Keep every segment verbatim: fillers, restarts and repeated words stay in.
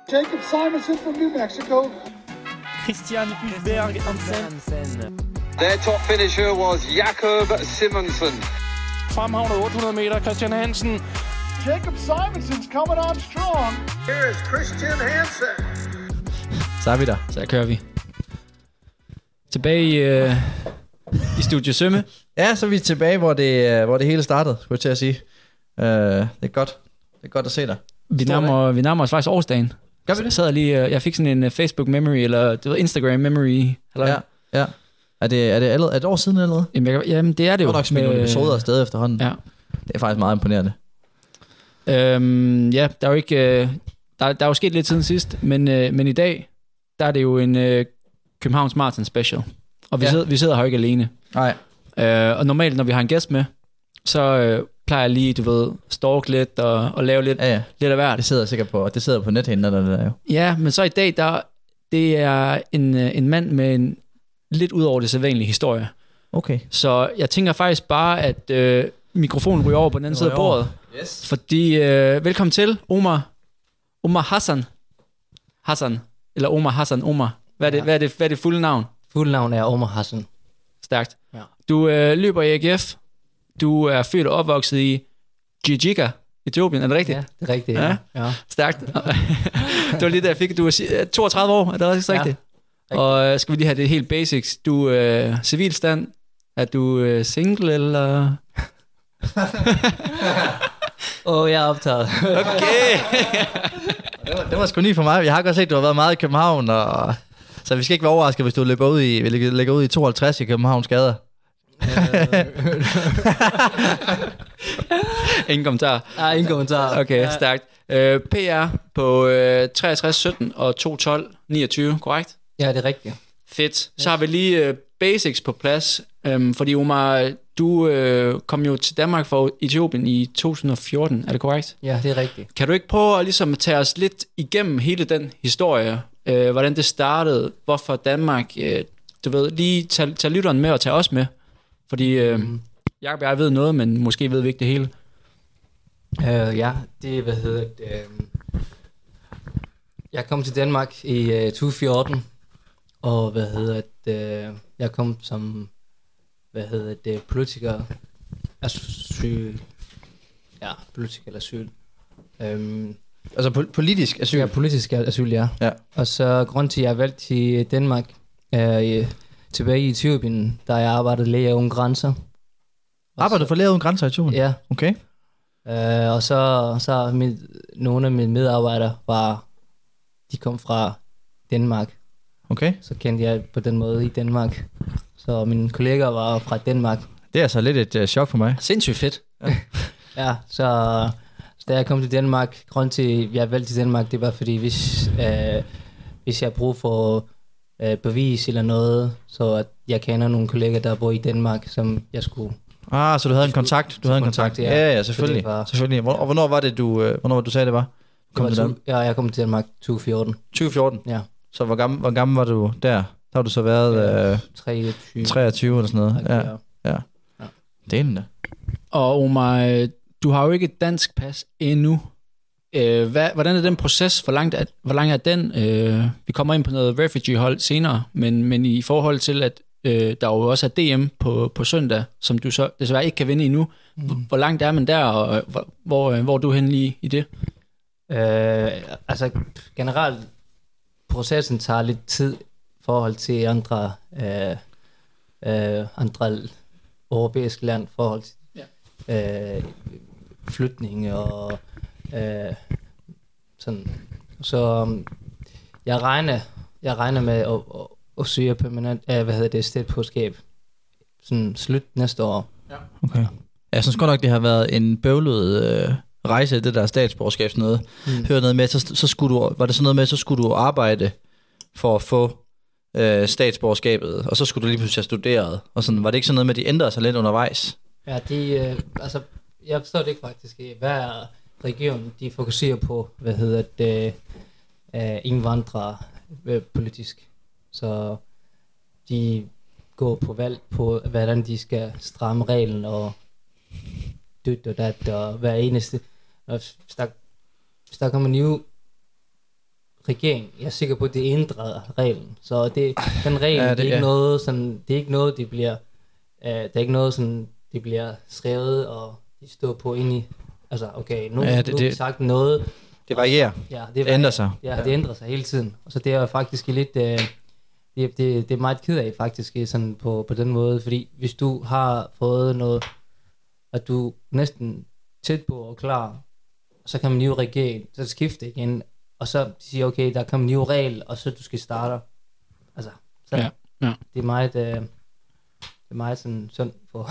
Jacob Simonson from New Mexico. Christian Hulberg Hansen. Their top finisher was Jakob Simonsen. Fremhavnet otte hundrede meter, Christian Hansen. Jacob Simonson's coming on strong. Here is Christian Hansen. Så er vi der. Så kører vi. Tilbage i, øh, i Studie Sømme. Ja, så er vi tilbage, hvor det, hvor det hele startede, skulle jeg til at sige. Uh, det er godt. Det er godt at se dig. Vi nærmer, vi nærmer os faktisk årsdagen. Gør vi det? Så sad lige, jeg fik sådan en Facebook memory, eller det var Instagram memory. Eller? Ja, ja. Er det, er det allerede, er et år siden eller noget? Jamen, jeg, jamen det er det jo. Det er nok smidt nogle episoder afsted efterhånden. Ja. Det er faktisk meget imponerende. Øhm, ja, der er jo ikke, øh, der, der er jo sket lidt siden sidst, men, øh, men i dag, der er det jo en øh, Københavns Marathon special. Og vi, ja. sidder, vi sidder her jo ikke alene. Nej. Øh, og normalt, når vi har en gæst med, så øh, plejer jeg lige, du ved, stalk lidt og, og lave lidt, ja, ja. lidt af hvert. Det sidder sikkert på, det sidder på nethænderne, der jo. Ja, men så i dag, der, det er en, en mand med en lidt ud over det sædvanlige historie. Okay. Så jeg tænker faktisk bare, at øh, mikrofonen ryger over på den anden side af bordet. Yes. Fordi, øh, velkommen til, Omar. Omar Hassan. Hassan. Eller Omar Hassan Omar. Hvad er det, ja. hvad er det, hvad er det fulde navn? Fulde navn er Omar Hassan. Stærkt. Ja. Du øh, løber i A G F. Du er født og opvokset i Jijiga, Etiopien. Er det rigtigt? Ja, det er rigtigt. Ja. ja. Stærkt. Det var lige der jeg fik. Du er toogtredive år, er det også rigtigt? Ja. Og øh, skal vi lige have det helt basics. Du er øh, civilstand. Er du øh, single, eller... Åh, oh, jeg er optaget. Okay. det, var, det var sgu lige for mig. Jeg har godt set, at du har været meget i København, og... så vi skal ikke være overrasket, hvis du løber ud i, lægger ud i tooghalvtreds i Københavns gader. Ingen kommentar. Nej, ingen kommentar. Okay, ja. Stærkt. Uh, P R på uh, treogtres sytten og to tolv niogtyve, korrekt? Ja, det er rigtigt. Fedt. Så har vi lige uh, basics på plads. Um, fordi Omar, du uh, kom jo til Danmark fra Etiopien i to tusind og fjorten, er det korrekt? Ja, det er rigtigt. Kan du ikke prøve at ligesom tage os lidt igennem hele den historie? Uh, hvordan det startede? Hvorfor Danmark? Uh, du ved, lige tage, tage lytteren med og tage os med. Fordi uh, mm. Jacob og jeg ved noget, men måske ved vi ikke det hele. Uh, ja, det hvad hedder det, uh, jeg kom til Danmark i uh, to tusind og fjorten, og hvad hedder det, uh, jeg kom som hvad hedder det, politiker asyl, ja, politiker asyl. Um, altså po- politisk asyl? Ja, politisk asyl, ja. ja. Og så grund til, at jeg valgte i Danmark, er uh, tilbage i Etiopien, da jeg arbejdede Læger Uden Grænser. Arbejdede for Læger Uden Grænser i Etiopien? Ja. Okay. Uh, og så, så mit, nogle af mine medarbejdere var, de kom fra Danmark. Okay. Så kendte jeg på den måde i Danmark. Så mine kollegaer var fra Danmark. Det er altså lidt et uh, chok for mig. Sindssygt fedt. Ja, ja så, så da jeg kom til Danmark, grund til, at jeg valgte til Danmark, det var fordi, hvis, uh, hvis jeg brug for uh, bevis eller noget, så at jeg kender nogle kollegaer, der bor i Danmark, som jeg skulle... Ah, så du havde en kontakt? Du havde en kontakt, kontakt ja. Ja, ja, selvfølgelig. Var... selvfølgelig. Hvor, og hvornår var det, du, øh, hvornår du sagde, det var? Kom det var to, ja, jeg kom til Danmark to tusind og fjorten. to tusind og fjorten? Ja. Så hvor gammel, hvor gammel var du der? Der har du så været øh, treogtyve. treogtyve eller sådan noget. Okay, ja. ja. ja. ja. Det er den da. Og Omar, du har jo ikke et dansk pas endnu. Øh, hvad, hvordan er den proces? Hvor langt er, hvor lang er den? Øh, vi kommer ind på noget refugee-hold senere, men, men i forhold til, at øh, der jo også er D M på, på søndag, som du så desværre ikke kan vinde endnu. Mm. Hvor, hvor langt er man der, og hvor, hvor, hvor er du henne lige i det? Øh, altså generelt, processen tager lidt tid i forhold til andre, øh, øh, andre europæiske land, forhold til ja. øh, flytning og øh, sådan. Så um, jeg regner, jeg regner med at, at, at søge permanent, øh, hvad hedder det, stedpåskab, sådan slut næste år. Ja. Okay. Jeg synes godt nok, det har været en bøvlet øh, rejse, det der statsborgerskab sådan noget. Mm. Hør noget med, så, så skulle du, var det sådan noget med, så skulle du arbejde for at få øh, statsborgerskabet, og så skulle du lige pludselig have studeret, og sådan, var det ikke sådan noget med, at de ændrede sig lidt undervejs? Ja, de, øh, altså, jeg forstår det ikke faktisk. Hver region, de fokuserer på, hvad hedder det, øh, indvandrere øh, politisk. Så de går på valg på, hvordan de skal stramme reglen og dyt og dat og hver eneste. Hvis der, hvis der kommer nye regeringen, jeg er sikker på, at det ændrer reglen. Så det, den regel, Ja, ja, det- det, det, er ikke ja. noget sådan, det er ikke noget, det bliver, øh, det er ikke noget sådan, det bliver skrevet, og de står på ind i, altså okay, nu, Ja, ja, det- det, nu har vi det- sagt noget. Det varierer. Ja, det, Det ændrer sig. Ja, det ændrer sig hele tiden. Og så det er jo faktisk lidt, øh, det, det, det er meget ked af faktisk, sådan på, på den måde, fordi hvis du har fået noget, at du er næsten tæt på og klar, så kan man jo regere, så skifte igen, og så siger okay, der kommer en ny regel, og så du skal starte. Altså, så Ja, ja. det er meget, øh, det er meget sådan synd for.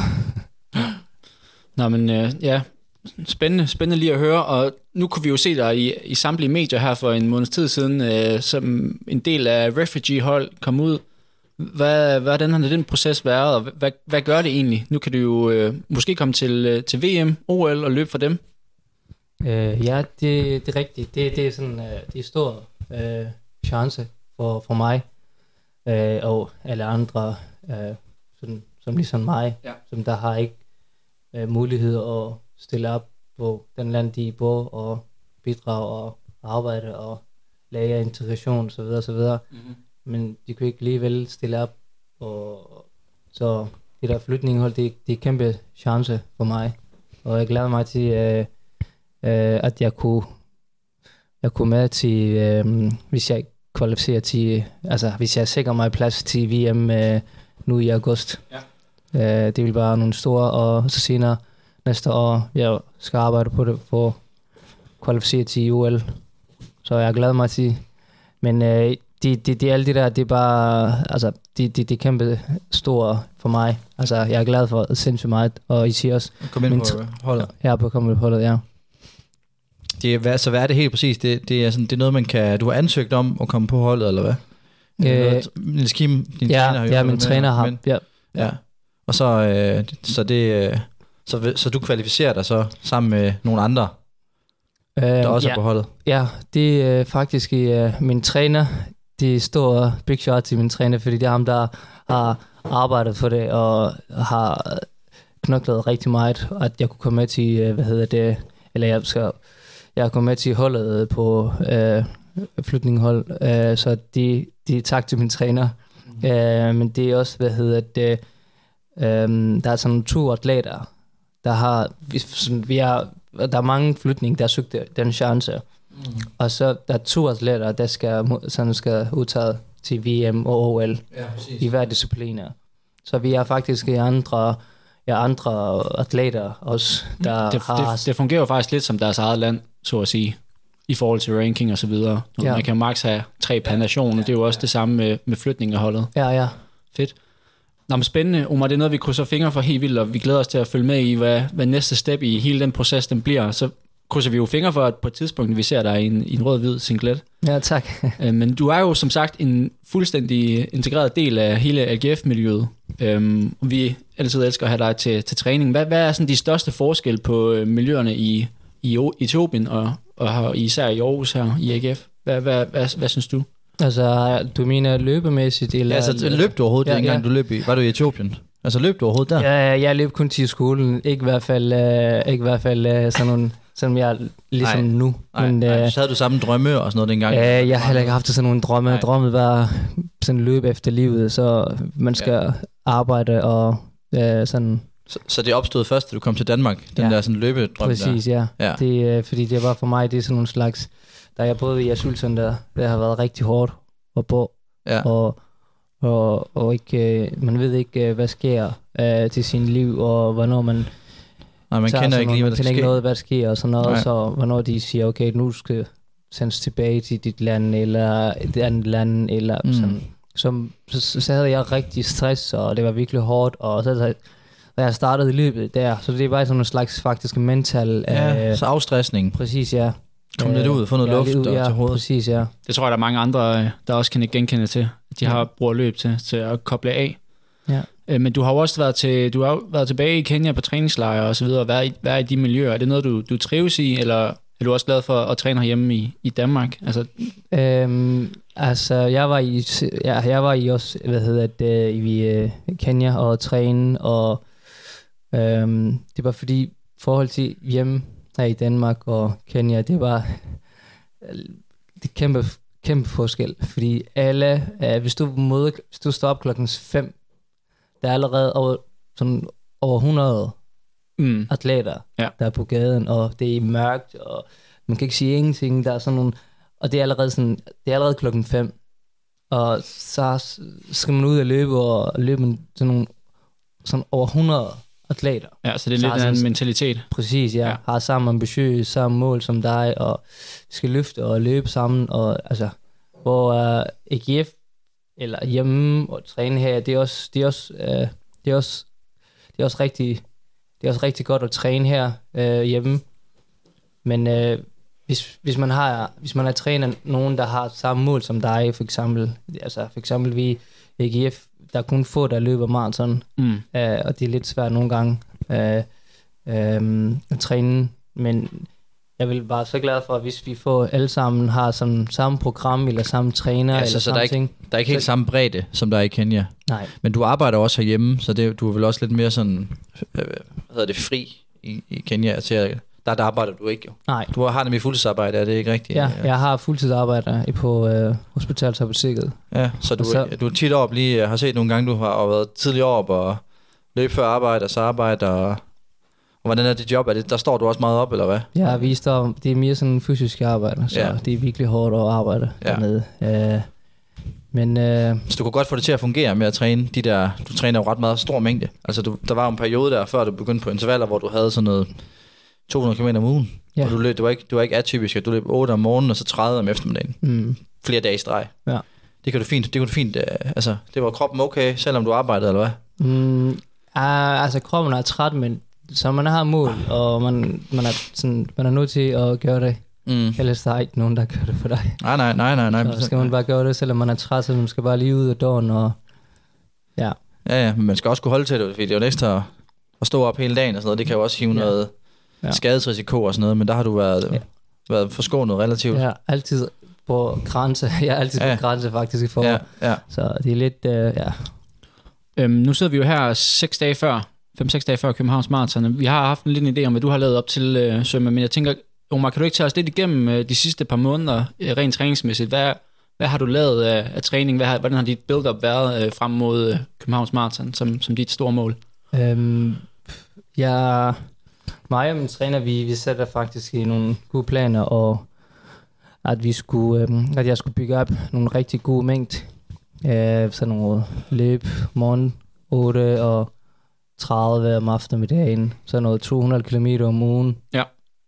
Nå, men øh, ja, spændende, spændende lige at høre, og nu kunne vi jo se dig i, i samtlige medier her for en måneds tid siden, øh, som en del af refugee-hold kom ud. Hvad, hvordan har den proces været, og hvad, hvad gør det egentlig? Nu kan du jo øh, måske komme til, øh, til V M, O L og løbe for dem. Øh, ja, det, det er rigtigt. Det, det er sådan, øh, det er stor øh, chance for, for mig øh, og alle andre, øh, sådan, som ligesom mig, Ja. som der har ikke øh, mulighed at stille op på den land, de bor, og bidrage og arbejde og lære integration osv. osv. Mm-hmm. Men de kunne ikke alligevel stille op, og så det der flytninghold, det, det er kæmpe chance for mig, og jeg glæder mig til øh, øh, at jeg kunne jeg kunne med til øh, hvis jeg kvalificerer til, altså hvis jeg sikrer mig plads til V M øh, nu i august. Ja. Øh, det vil være nogle store, og så senere næste år jeg skal arbejde på det for at kvalificere til O L, så jeg glæder mig til. Men øh, det, det, det alt det der, det er bare, altså, det, det, det er kæmpe store for mig. Altså, jeg er glad for sindssygt meget, og I siger også, Kom ind Men på tr- holdet. jeg er på kommet på holdet, ja. Det er, hvad, så hvad er det helt præcis? Det, det, er sådan, det er noget, man kan... Du har ansøgt om at komme på holdet, eller hvad? Øh, Niels Kim, din Ja, træner, har jo ja været min med, træner har, men- ja. Ja. Og så, øh, så, det, øh, så, så du kvalificerer dig så sammen med nogle andre, Øh, der også ja, er på holdet? ja, det er øh, faktisk øh, min træner. Det står big shot til min træner, fordi det er ham, der har arbejdet for det, og har knoklet rigtig meget, at jeg kunne komme med til, øh, hvad hedder det, eller jeg skal, jeg kom med til holdet på øh, flytninghold, øh, så det, det er tak til min træner. Mm. Øh, men det er også, hvad hedder det, øh, der er sådan to atleter, der har, vi, sådan, vi har, der er mange flytning, der søgte den chance. Mm. Og så der er to atleter, der skal, sådan skal udtaget til V M og O L Ja, præcis. i hver discipliner. Så vi er faktisk i andre, ja, andre atleter også, der Det, har... det, det fungerer jo faktisk lidt som deres eget land, så at sige, i forhold til ranking og så videre. Ja. Man kan jo max have tre per nation, og det er jo også det samme med, med flytning af holdet. Ja, ja. Fedt. Nå, men spændende. Omar, det er noget, vi krydser fingre for helt vildt, og vi glæder os til at følge med i, hvad, hvad næste step i hele den proces, den bliver. Så krydser vi jo fingre for, at på et tidspunkt, vi ser dig i en, i en rød-hvid singlet. Ja, tak. Øh, Men du er jo som sagt en fuldstændig integreret del af hele A G F-miljøet. Øhm, og vi altid elsker at have dig til, til træning. Hvad, hvad er sådan de største forskel på øh, miljøerne i, i O- Etiopien og, og især i Aarhus her i A G F? Hvad, hvad, hvad, hvad synes du? Altså, du mener løbemæssigt? Eller, Ja, altså, løb du overhovedet, Ja, ja, dengang ja. du løb i? Var du i Etiopien? Altså, løb du overhovedet der? Ja, jeg løb kun til skolen. Ikke i hvert fald, øh, ikke i hvert fald øh, sådan nogle, som jeg ligesom Nej. nu. Nej, Men, nej, øh, så havde du samme drømme og sådan noget dengang? Øh, jeg har heller ikke haft sådan nogle drømme. Nej. Drømmet var sådan løb efter livet, så man skal ja. arbejde og øh, sådan. Så, så det opstod først, da du kom til Danmark? Den Ja. der sådan løbedrøm Præcis, der? ja. Ja. Det, øh, fordi det var for mig, det er sådan nogle slags, da jeg boede i asylcenter, det har været rigtig hårdt at bo, Ja. og, og, og ikke, øh, man ved ikke, øh, hvad sker øh, til sin liv, og hvornår man Nej, man tager kender sådan ikke lige, hvad noget, der man skal kender ikke ske. noget, hvad der sker, og sådan noget, Nej. så hvornår de siger, okay, nu skal du sendes tilbage til dit land, eller et andet land, eller Mm. mm. sådan. Så, så, så havde jeg rigtig stress, og det var virkelig hårdt, og så da jeg startede løbet der, så det var sådan en slags faktisk mental... Ja, øh, så afstressning. præcis, ja. Kom lidt ud, få noget ja, luft lidt ud, og ja, til hovedet. præcis, ja. Det tror jeg, der er mange andre, øh, der også kan ikke genkende til. De har bruger løb til, til at koble af. Ja. Øh, Men du har jo også været, til, du har jo været tilbage i Kenya på træningslejre og så videre, og været i, været i de miljøer. Er det noget, du, du trives i, eller er du også glad for at træne herhjemme i, i Danmark? Altså, Øhm, altså, jeg var i, ja, jeg var i også, hvad hedder det, i øh, Kenya og træne, og øhm, det var fordi forhold til hjemme her i Danmark og Kenya, det var øh, det kæmpe, kæmpe forskel, fordi alle, øh, hvis du møder, hvis du står op klokken fem, der er allerede over, sådan over hundrede Mm. atleter, Ja. der er på gaden, og det er mørkt, og man kan ikke sige ingenting, der er sådan nogle, og det er allerede sådan, det er allerede klokken fem, og så skal man ud og løbe, og løbe med sådan nogle, sådan over hundrede atleter. Ja, så det er Så lidt har af sådan- en mentalitet. Præcis, ja. Ja. ja. Har samme ambition, samme mål som dig, og skal løfte og løbe sammen, og altså, hvor uh, A G F, eller hjemme og træne her, det er også, det er også, uh, det er også, det er også rigtig, det er også rigtig godt at træne her uh, hjemme. Men uh, hvis, hvis man har, hvis man har trænet nogen, der har samme mål som dig, for eksempel, altså for eksempel vi A G F, der er kun få, der løber maraton, Mm. uh, og det er lidt svært nogle gange uh, um, at træne, men jeg vil bare så glad for, at hvis vi får alle sammen har sådan samme program, eller samme træner, Ja, eller så, så samme der, er ikke, ting. der er ikke helt Så- samme bredde, som der er i Kenya. Nej, Men du arbejder også herhjemme, så det, du er vel også lidt mere sådan, øh, hvad hedder det, fri i, i Kenya. Til, at- der, der arbejder du ikke jo. nej. Du har nemlig fuldtidsarbejde, er det ikke rigtigt? Ja, jeg har fuldtidsarbejder på øh, hospitalsapoteket. Ja, så du, Og så- så, du er tit op lige, jeg har set nogle gange, du har været tidligere op og løb før arbejde, og så arbejder, og, og hvordan er det job? Er det, der står du også meget op, eller hvad? Jeg har vist om, det er mere sådan fysisk arbejde, så Ja. ja. det er virkelig hårdt at arbejde Ja. ja. dernede. Øh, men øh, Så du kunne godt få det til at fungere med at træne de der, du træner jo ret meget stor mængde. Altså du, der var jo en periode der, før du begyndte på intervaller, hvor du havde sådan noget to hundrede kilometer om ugen. Ja. Og du, løb, du, var ikke, du var ikke atypisk, at du løb otte om morgenen, og så tredive om eftermiddagen. mm, Flere dage i streg. Ja. Det kan du fint, det kunne du fint, øh, altså det var kroppen okay, selvom du arbejdede, eller hvad? mm, ah, altså kroppen er træt, men så man har mål, og man, man, er, sådan, man er nødt til at gøre det. Mm. Ellers der er ikke nogen, der gør det for dig. Nej, nej, nej, nej, nej. Så skal man bare gøre det, selvom man er træt, så man skal bare lige ud af døren, og ja. Ja, ja, men man skal også kunne holde til det, fordi det er jo næsten at, at stå op hele dagen og sådan noget. Det kan jo også hive Ja. noget Ja. skadesrisiko og sådan noget, men der har du været, Ja. været forskånet relativt. Jeg er altid på grænse. Jeg er altid Ja. på grænse faktisk i forhold. ja, ja. Så det er lidt, øh, ja. Øhm, nu sidder vi jo her seks dage før, fem-seks dage før Københavns Marathon. Vi har haft en lille idé om, hvad du har lavet op til øh, Sømme, men jeg tænker, Omar, kan du ikke tage os lidt igennem øh, de sidste par måneder, øh, rent træningsmæssigt? Hvad, hvad har du lavet af, af træning? Hvad har, hvordan har dit build-up været øh, frem mod øh, Københavns Marathon som, som dit store mål? Øhm, jeg, mig og min træner, vi, vi sætter faktisk i nogle gode planer, og at, vi skulle, øhm, at jeg skulle bygge op nogle rigtig gode mængder. Øh, sådan nogle løb, morgen otte og tredive om eftermiddagen, sådan noget to hundrede kilometer om ugen. Ja.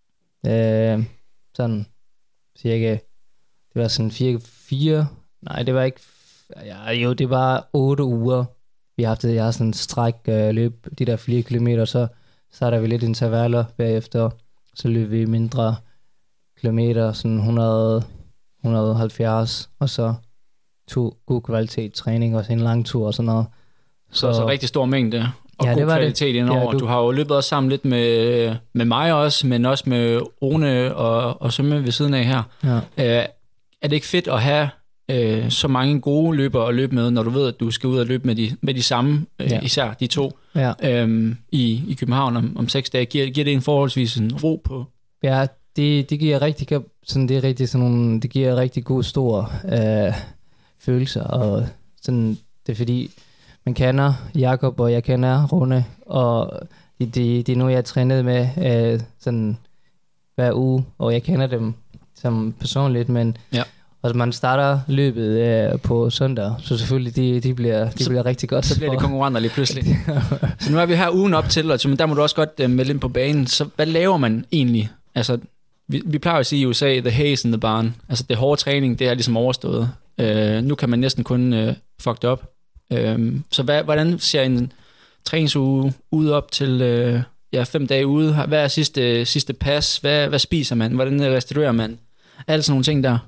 Øh, sådan cirka, det var sådan fire, fire, nej det var ikke, ja, jo det var otte uger. Vi har haft det, jeg har sådan en stræk øh, løb, de der fire kilometer, så starter vi lidt intervaller bagefter, så løber vi mindre kilometer, sådan hundrede, hundrede og halvfjerds, og så to god kvalitet træning, og så en lang tur og sådan noget. Så, så, så rigtig stor mængde og Ja, god det var det. kvalitet indover. Ja, du... du- du har jo løbet også sammen lidt med, med mig også, men også med Rune og, og Sømme ved siden af her. Ja. Øh, er det ikke fedt at have øh, så mange gode løbere at løbe med, når du ved, at du skal ud og løbe med de, med de samme, øh, Ja. især de to, Ja. øh, i, i København om, om seks dage? Giver, giver det en forholdsvis en ro på? Ja, det, det giver rigtig god- sådan det er rigtig sådan nogle, det giver rigtig god stor øh, følelser, og sådan det er fordi man kender Jakob, og jeg kender Rune, og det, det, det er noget jeg har trænet med øh, sådan hver uge, og jeg kender dem som personligt, men Ja. og man starter løbet øh, på søndag, så selvfølgelig det, det bliver det Så- bliver rigtig godt. Så bliver det for- konkurrenter lige pludselig. Så nu er vi her ugen op til, og der må du også godt øh, melde ind på banen. Så hvad laver man egentlig? Altså, vi, vi plejer at sige i U S A, the hay is in the barn. Altså, det hårde træning, det er ligesom overstået. Øh, nu kan man næsten kun øh, fuck det op. Øh, så hvad, hvordan ser en træningsuge ud op til øh, ja, fem dage ude? Hvad er sidste, sidste pas? Hvad, hvad spiser man? Hvordan restituerer man? Alle sådan nogle ting der.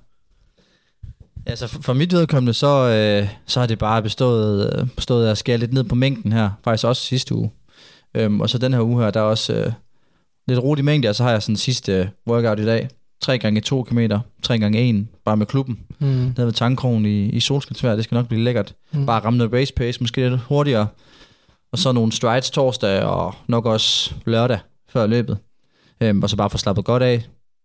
Altså for, for mit vedkommende, så, øh, så har det bare bestået, øh, bestået af at skære lidt ned på mængden her, faktisk også sidste uge. Øhm, og så den her uge her, der er også øh, lidt rolig mængde, og så har jeg sådan sidste øh, workout i dag. Tre gange to kilometer, tre gange en, bare med klubben. Mm. Nede ved Tangkrogen i, i Solskinsvær, det skal nok blive lækkert. Mm. Bare ramme noget race pace, måske lidt hurtigere. Og så nogle strides torsdag, og nok også lørdag før løbet. Øhm, og så bare få slappet godt af.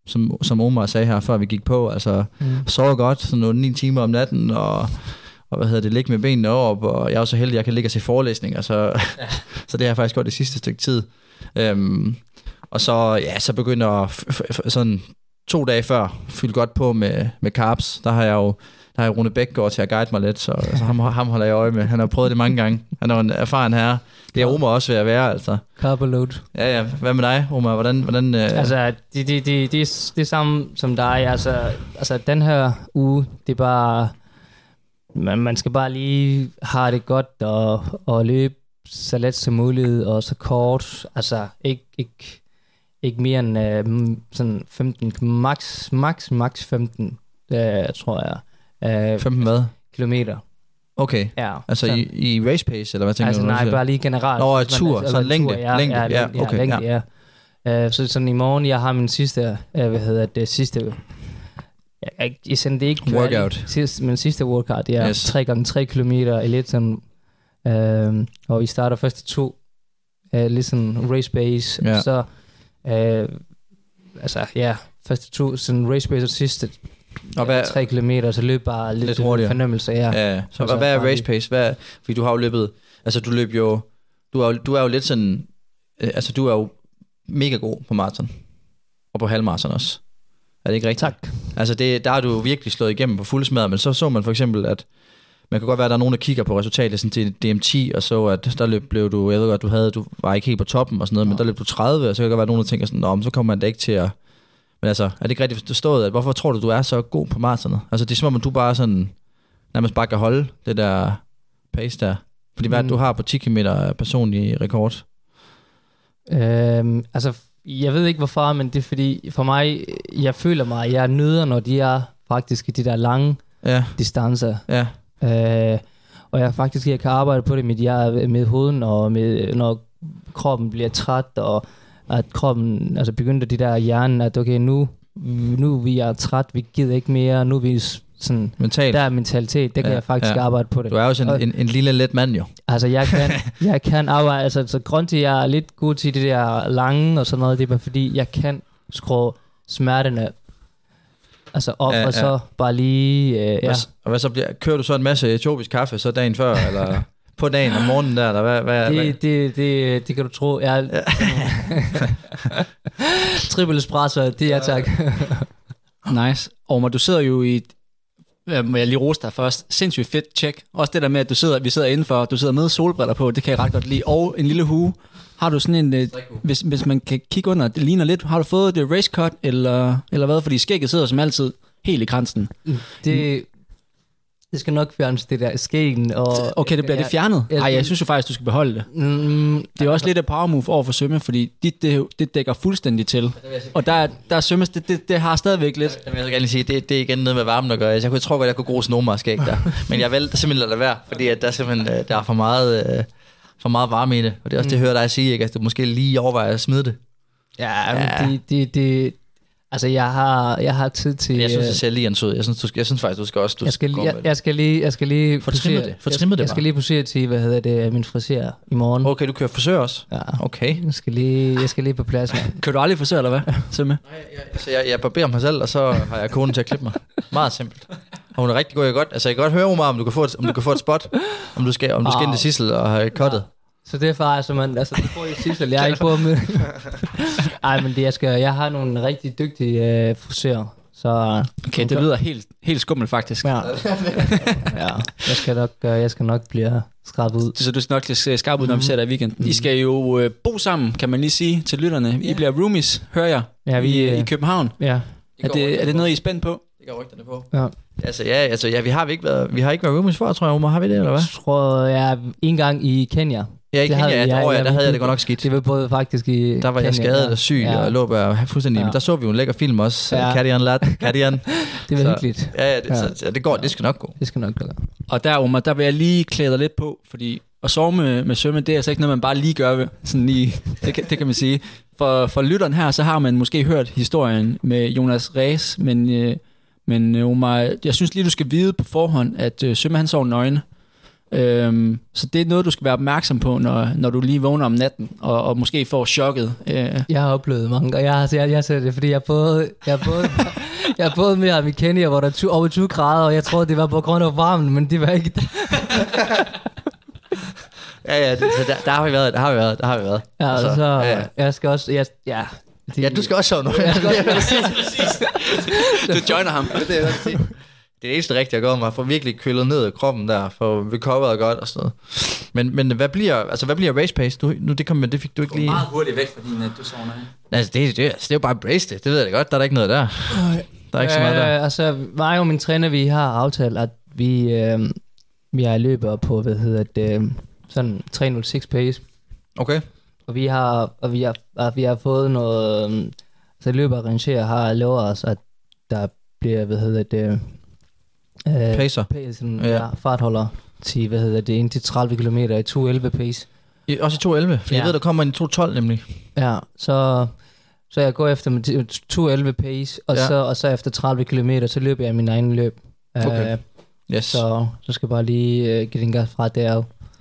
som, som Omar sagde her, før vi gik på, altså mm. sover godt, sådan nogle ni timer om natten, og, og hvad hedder det, ligge med benene op, og jeg er så heldig, at jeg kan ligge og se forelæsninger, så, ja. så det har jeg faktisk gjort det sidste stykke tid. Øhm, og så, ja, så begynder jeg f- f- sådan to dage før, fylde godt på med, med carbs, der har jeg jo der har jeg Rune Bækgaard til at guide mig lidt, så, så ham, ham holder jeg øje med. Han har prøvet det mange gange. Han er en erfaren herre. Det er Omar også ved at være, altså. Carbo-load. Ja, ja. Hvad med dig, Omar? Hvordan... hvordan øh... Altså, det de, de, de, er det samme som dig. Altså, altså, den her uge, det er bare... Man, man skal bare lige have det godt og, og løbe så let som muligt og så kort. Altså, ikke, ikke, ikke mere end øh, sådan femten, max, max, max femten, øh, tror jeg. Øh, femten hvad? Kilometer. Okay. Ja. Altså i, i race pace, eller hvad tænker altså, du? Altså nej, bare lige generelt. Nå, et tur, altså, så en længde. Tur, ja, længde, ja, ja, okay, ja, længde, ja. ja. Uh, så sådan i morgen, jeg har min sidste, uh, hvad hedder det, sidste, jeg, jeg, jeg sender det ikke workout. Sidste, min sidste workout, det er yes. tre gange tre kilometer i lidt sådan, uh, og vi starter første to, uh, lidt sådan race base, ja. så, uh, altså ja, første to, sådan race base og sidste, og hvad, tre kilometer, så løb bare lidt, lidt hurtigere. Fornemmelse, ja. ja. Så, så hvad er race pace? Hvad, fordi du har jo løbet, altså du løb jo, du er jo, du er jo lidt sådan, øh, altså du er jo mega god på maraton, og på halvmaraton også. Er det ikke rigtigt? Tak. Altså det, der har du virkelig slået igennem på fuld smadret, men så så man for eksempel, at man kan godt være, at der er nogen, der kigger på resultatet sådan til D M ti, og så at der løb, blev du, jeg ved godt, du havde, du var ikke helt på toppen og sådan noget, ja. Men der løb du tredive, og så kan der godt være nogen, der tænker sådan, nå, men så kommer man da ikke til at. Men altså, er det ikke rigtigt forstået, at hvorfor tror du, du er så god på maratonet? Altså, det er som om, at du bare sådan, nærmest bare kan holde det der pace der. Fordi hvad mm. du har på ti kilometer personlig rekord? Øhm, altså, jeg ved ikke hvorfor, men det er fordi, for mig, jeg føler mig, jeg nyder, når de er faktisk i de der lange ja. distancer. Ja. Øh, og jeg faktisk, jeg kan arbejde på det med, jeg, med hovedet, og med, når kroppen bliver træt, og at kroppen, altså begyndte de der hjernen, at okay, nu, nu vi er træt, vi gider ikke mere, nu er vi sådan, Mental. Der er mentalitet, det kan ja, jeg faktisk ja. arbejde på det. Du er jo sådan en, en lille let mand jo. Altså jeg kan, jeg kan arbejde, altså så grund til, at jeg er lidt god til det der lange og sådan noget, det er bare fordi, jeg kan skrue smertene altså op, ja, og så ja. bare lige, øh, ja. Og hvad så bliver, kører du så en masse etiopisk kaffe, så dagen før, eller på dagen om morgenen der, eller hvad? hvad, det, hvad? Det, det, det kan du tro, jeg ja. triple espresso, det er tak. Nice. Omar, du sidder jo i, må jeg lige rose dig først, sindssygt fedt check. Også det der med, at du sidder, vi sidder indenfor, du sidder med solbriller på, det kan jeg ret godt lide, og en lille hue. Har du sådan en, hvis, hvis man kan kigge under, det ligner lidt, har du fået det race cut, eller, eller hvad? Fordi skægget sidder som altid helt i kransen. Det, det skal nok fjernes, det der skæggen. Og, okay, det bliver det fjernet? Nej, jeg synes jo faktisk, du skal beholde det. Mm, det er også lidt et power move over for sømme, fordi dit, det, det dækker fuldstændig til. Og der, der er sømmes, det, det, det har stadigvæk lidt. Jeg vil gerne lige sige, det, det er igen noget med varmen at gøre. Jeg kunne tro, at jeg kunne gruse nogen meget skæg der. Men jeg valgte simpelthen at lade være, fordi at der, simpelthen, der er for meget, for meget varme i det. Og det er også det, jeg hører dig sige, ikke? At du måske lige overvejer at smide det. Ja, ja. Det, det, det, altså jeg har, jeg har tid til. Jeg synes, det ser lige ansød. Jeg synes, du skal, jeg synes faktisk, du skal også. Du jeg skal, jeg, jeg skal lige, jeg skal lige. Fortrimmet det. Fortrimmet det. Jeg skal lige posere til, hvad hedder det, min frisør i morgen. Okay, du kører frisør også. Ja. Okay. Jeg skal lige, jeg skal lige på plads. Kører du aldrig frisør eller hvad? Simpelthen. Nej, jeg, så jeg, jeg barberer mig selv, og så har jeg konen til at klippe mig. Meget simpelt. Og hun er rigtig god. Jeg kan godt, altså jeg kan godt høre, Omar, om du kan få et, om du kan få et spot, om du skal, om du skal ind til Sissel og have cuttet. Ja. Så det er faktisk, man, altså det får I Sissel, jeg er ikke på med. Ej, men det, jeg skal, jeg har nogle rigtig dygtige øh, frisører. Så okay, det lyder helt, helt skummelt faktisk. Ja. Ja, jeg skal nok, jeg skal nok blive skrabet ud. Så du skal nok blive skrabet ud, når vi ser dig i weekenden. Mm. I skal jo øh, bo sammen, kan man lige sige til lytterne. I bliver roomies, hører jeg, ja, vi, i, i København. Ja. Er det, er det noget, I er spændt på? Det går rygterne på. Ja. Altså ja, altså ja, vi har vi ikke været, vi har ikke været roomies før, tror jeg, Omar. Har vi det eller hvad? Jeg tror jeg en gang i Kenya. Ja, i Kenya, ja, der, jeg, der havde jeg det godt nok skidt. Det var både faktisk i Der var Kenya, jeg skadet og syg, ja. Og lå bare fuldstændig. Ja. Men der så vi jo en lækker film også. Ja. Kadian Lat, Kadian. Det var så, hyggeligt. Ja, ja, det, ja. Så, så det går, det skal nok gå. Det skal nok gå. Og der, Omar, der vil jeg lige klæde dig lidt på, fordi at sove med, med sømme, det er altså ikke noget, man bare lige gør. Sådan lige, det, kan, det kan man sige. For, for lytteren her, så har man måske hørt historien med Jonas Ræs, men, øh, men Omar, jeg synes lige, du skal vide på forhånd, at øh, sømme han sov nøgne. Øhm, så det er noget, du skal være opmærksom på, når, når du lige vågner om natten, og, og måske får chokket. Øh. Jeg har oplevet mange, og jeg har jeg, jeg ser det, fordi jeg både, jeg både, jeg både med ham i Kenya, hvor der er over tyve grader, og jeg troede, det var på grund af varmen, men det var ikke det. Ja, ja, det, så der, der har vi været, der har vi været, der har vi været. Ja, altså, så ja, ja. jeg skal også, jeg, ja. Det, ja, du skal også sove nu. Jeg skal også, Du joiner ham. Det er det, det eneste rigtige at gøre, man får virkelig kølet ned i kroppen der, for recoveret godt og sådan noget. Men, men hvad bliver, altså hvad bliver race pace? Du, nu det kom, men det fik du ikke lige. Meget hurtigt væk fra din, at du sovner. Altså det, det, det, det er jo bare brace det. Det ved jeg da godt. Der er der ikke noget der. Der er ikke så meget der. Øh, altså mig og min træner, vi har aftalt, at vi øh, vi er løber på, hvad hedder det, sådan tre nul seks pace. Okay. Og vi har og vi har og vi har fået noget, øh, så løber arrangerer har lovet os, at der bliver, hvad hedder det, øh, Pacer. Pacen, Ja. ja, fartholder til, hvad hedder det, indtil tredive kilometer i to elleve pace. I, også i to elleve, for ja. Jeg ved, der kommer en i to tolv nemlig. Ja, så så jeg går efter med to elleve pace, og Ja. så og så efter tredive kilometer, så løber jeg min egen løb. Okay. Øh, Yes. så så skal jeg bare lige uh, give den gas fra der.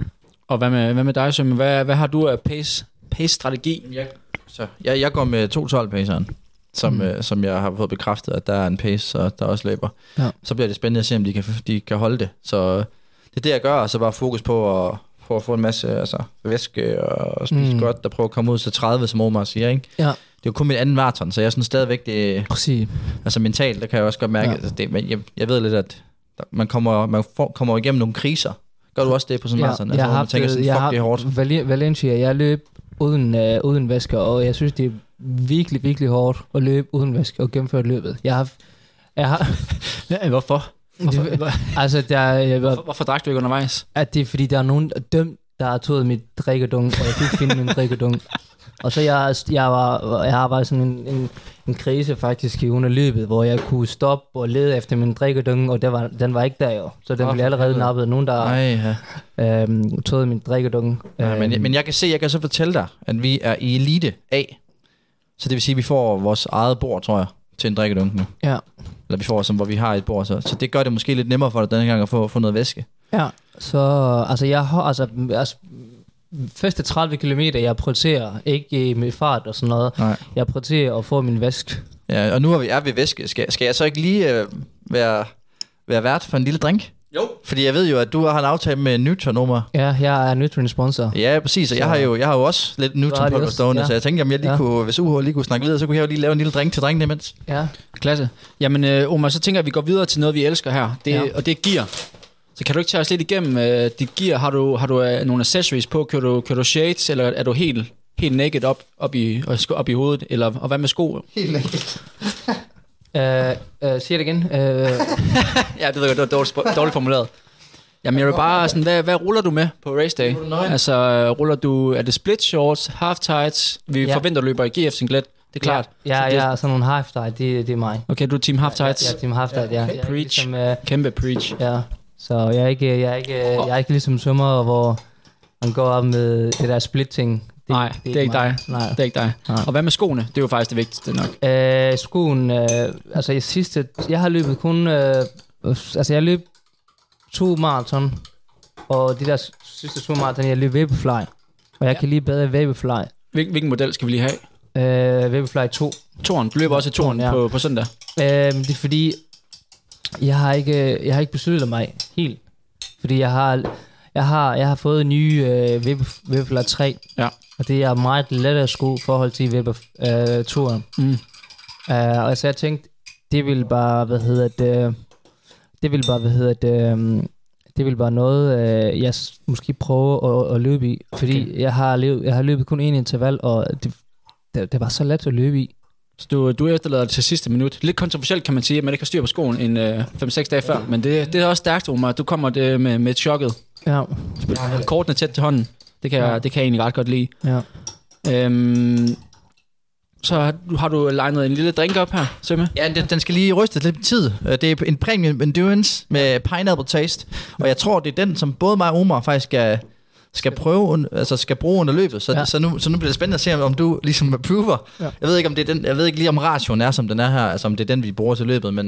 Og hvad med, hvad med dig, Sømme? Hvad, hvad har du af pace, pace-strategi? Ja. Så jeg, jeg går med to tolv paceren, som, mm. øh, som jeg har fået bekræftet, at der er en pace, så der også løber. Ja. Så bliver det spændende at se, om de kan, de kan holde det. Så det er det, jeg gør, og så bare fokus på at, på at få en masse altså, væske og spise mm. godt, der prøver at komme ud til tredive, som Omar siger, ikke? Ja. Det er jo kun mit anden maraton, så jeg er sådan stadigvæk det. Præcis. Altså mentalt, der kan jeg også godt mærke, ja. altså, det, men jeg, jeg ved lidt, at der, man kommer man får, kommer igennem nogle kriser. Gør du også det på sådan en Ja, maraton? jeg Altså, har man haft, tænker sådan, jeg fuck, har det er hårdt. Val- Valencia, jeg løb uden øh, uden væske, og jeg synes det er virkelig virkelig hårdt at løbe uden væske og gennemføre løbet. Jeg har jeg har Ja, hvorfor? Hvorfor, altså der jeg, hvorfor, hvorfor drak du ikke undervejs? at det er fordi der er nogen dømt der har taget mit drikkedung, og jeg kunne ikke finde min drikkedung. Og så jeg jeg var jeg har været sådan en, en en krise faktisk i under løbet, hvor jeg kunne stoppe og lede efter min drikkedung, og der var, den var ikke der jo. Så den Åh, oh, blev for allerede helvede. nappet. Nogen, der Ej, ja. øhm, tog min drikkedung. Ja, men, men jeg kan se, jeg kan så fortælle dig, at vi er i Elite A. Så det vil sige, at vi får vores eget bord, tror jeg, til en drikkedunk nu. Ja. Eller vi får, som, hvor vi har et bord. Så, så det gør det måske lidt nemmere for dig denne gang at få, få noget væske. Ja, så altså jeg har altså, altså første tredive kilometer, jeg prioriterer ikke med fart og sådan noget. Nej. Jeg prioriterer at få min væsk. Ja, og nu er vi er ved væske. Skal, skal jeg så ikke lige øh, være, være vært for en lille drink? Jo. Fordi jeg ved jo, at du har en aftale med Nutron-nummer. Ja, jeg er Nutrient sponsor. Ja, præcis. Og jeg har jo, jeg har jo også lidt Nutron på stående, ja. Så jeg tænkte, om jeg lige Ja. kunne, hvis U H lige kunne snakke videre, så kunne jeg jo lige lave en lille drink til drengene imens. Ja. Klasse. Jamen, øh, Omar, så tænker jeg, at vi går videre til noget, vi elsker her. Det, Ja. Og det er gear. Så kan du ikke tage os lidt igennem øh, dit gear? Har du, har du øh, nogle accessories på? Kører du, kører du shades, eller er du helt, helt naked op, op, i, op i hovedet? Eller, og hvad med sko? Helt naked. Uh, uh, siger det igen. Uh, Ja, det ved jeg, det var dårligt, dårligt formuleret. Jamen, jeg vil bare sådan, hvad, hvad ruller du med på race day? Altså, øh, ruller du, er det split shorts, half tights? Vi Ja. forventer, du løber i G F singlet, det er klart. Ja, Så det, ja, sådan nogle half tight, det, det er mig. Okay, du er team half tights. Ja, team half tight, ja. Jeg er Preach. Ligesom, uh, Kæmpe preach. ja. Så jeg er ikke, jeg er ikke, jeg er ikke ligesom svømmer, hvor man går op med det der split ting. Det, Nej, det er ikke dig. Nej. Det er ikke dig. Nej. Og hvad med skoene? Det er jo faktisk det vigtigste nok. Øh, skoen, øh, altså jeg sidste, jeg har løbet kun, øh, altså jeg løb to maraton, og de der sidste to maraton, jeg løb Vaporfly, og jeg ja. kan lige bedre Vaporfly. Hvil, hvilken model skal vi lige have? Øh, Vaporfly to. Toren. Du løber også i toren Ja. på, på søndag. Øh, det er fordi, jeg har ikke, jeg har ikke besluttet mig helt, fordi jeg har, jeg har, jeg har fået nye øh, Vaporfly tre, Ja. og det er meget lettere sko i forhold til Vaporfly øh, toren. Mm. Uh, og så jeg tænkte, det ville bare, hvad hedder det, det ville bare, hvad hedder det, um, det ville bare noget, uh, jeg s- måske prøve at, at løbe i, fordi Okay. jeg har løbet, jeg har løbet kun en interval, og det, det, det var så let at løbe i. Så du, du efterlader det til sidste minut. Lidt kontroversielt kan man sige, at man ikke har styr på skoen en øh, fem seks dage før. Men det, det er også stærkt, Omar. Du kommer det med, med et chokket. Ja, Kortene tæt til hånden. Det kan, Ja. jeg, det kan jeg egentlig ret godt lide. ja. Øhm, så har, du- har du legnet en lille drink op her, Sømme? Ja, den, den skal lige rystes lidt på tid. Øh, Det er en premium endurance med pineapple taste, og jeg tror, det er den, som både mig og Omar faktisk skal, skal prøve, un- altså skal bruge under løbet. Så, Ja. ja. så, nu, så nu bliver det spændende at se, om du ligesom approver. Ja. Jeg ved ikke, om det er den, jeg ved ikke lige, om ratioen er, som den er her, altså om det er den, vi bruger til løbet, men,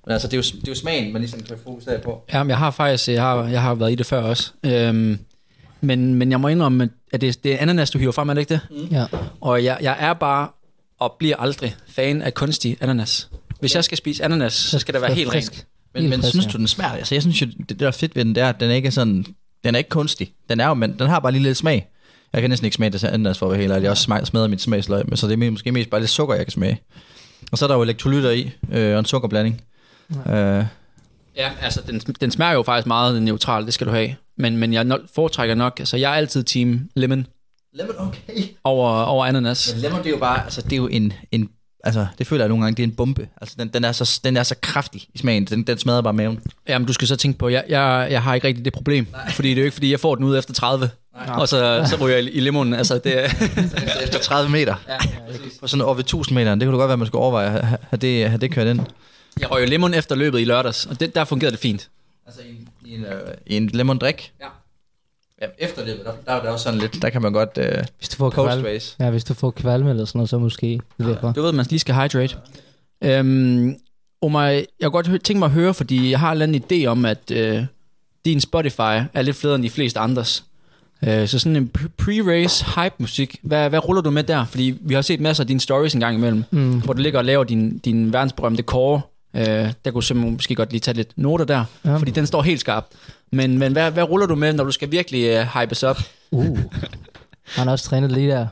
Men altså, det er jo, det er jo smagen, man ligesom kan fokusere på. Jamen, jeg har faktisk, jeg har, jeg har været i det før også. Øhm, men, men jeg må indrømme, at det, det er ananas, du hiver frem, er det ikke det? Mm. Ja. Og jeg, jeg er bare, og bliver aldrig, fan af kunstig ananas. Hvis jeg skal spise ananas, så skal det være helt frisk. rent. Men, Helt men frisk, synes ja. du, den smager? Altså, jeg synes jo, det der er fedt ved den, det er, at den er ikke sådan, den er ikke kunstig. Den er jo, men den har bare lige lidt smag. Jeg kan næsten ikke smage det ananas for at være helt ærlig. Jeg også smag, smadrer mit smagsløg, men så det er måske mest bare lidt sukker, jeg kan smage. Og så er der jo elektrolytter i, øh, og en sukkerblanding. Ja. Øh, Ja, altså, den, den smager jo faktisk meget neutralt, det skal du have. Men, men jeg no- foretrækker nok, altså, jeg er altid team lemon lemon, okay. over, over ananas. Men lemon, det er jo bare, altså, det er jo en, en altså, det føler jeg nogle gange, det er en bombe. Altså, den, den, er, så, den er så kraftig i smagen, den, den smadrer bare maven. Jamen, du skal så tænke på, jeg, jeg, jeg har ikke rigtig det problem. Nej. Fordi det er jo ikke, fordi jeg får den ud efter tredive. Nej. Og så, så ryger jeg i, i limonen. Altså, det er efter tredive meter. Ja, på sådan over ved tusind meter, det kunne du godt være, man skulle overveje at have, have, det, have det kørt ind. Jeg røg jo lemon efter løbet i lørdags, og det, der fungerede det fint. Altså i en, i en, øh, i en lemon-drik? Ja. Ja, efter løbet, der, der er det også sådan lidt, der kan man godt øh, hvis du får kvalme, ja, hvis du får kvalme eller sådan noget, så måske. Ja, du ved, man lige skal hydrate. Øhm, Omar, jeg kunne godt hø- tænke mig at høre, fordi jeg har en eller anden idé om, at øh, din Spotify er lidt federe end de fleste andres. Øh, så sådan en pre-race hype-musik, hvad, hvad ruller du med der? Fordi vi har set masser af dine stories en gang imellem, mm. hvor du ligger og laver din, din verdensberømte core. Øh, der kunne du måske godt lige tage lidt noter der, ja. Fordi den står helt skarp. Men, men hvad, hvad ruller du med, når du skal virkelig uh, hypes op? Uh, han har også trænet lige der.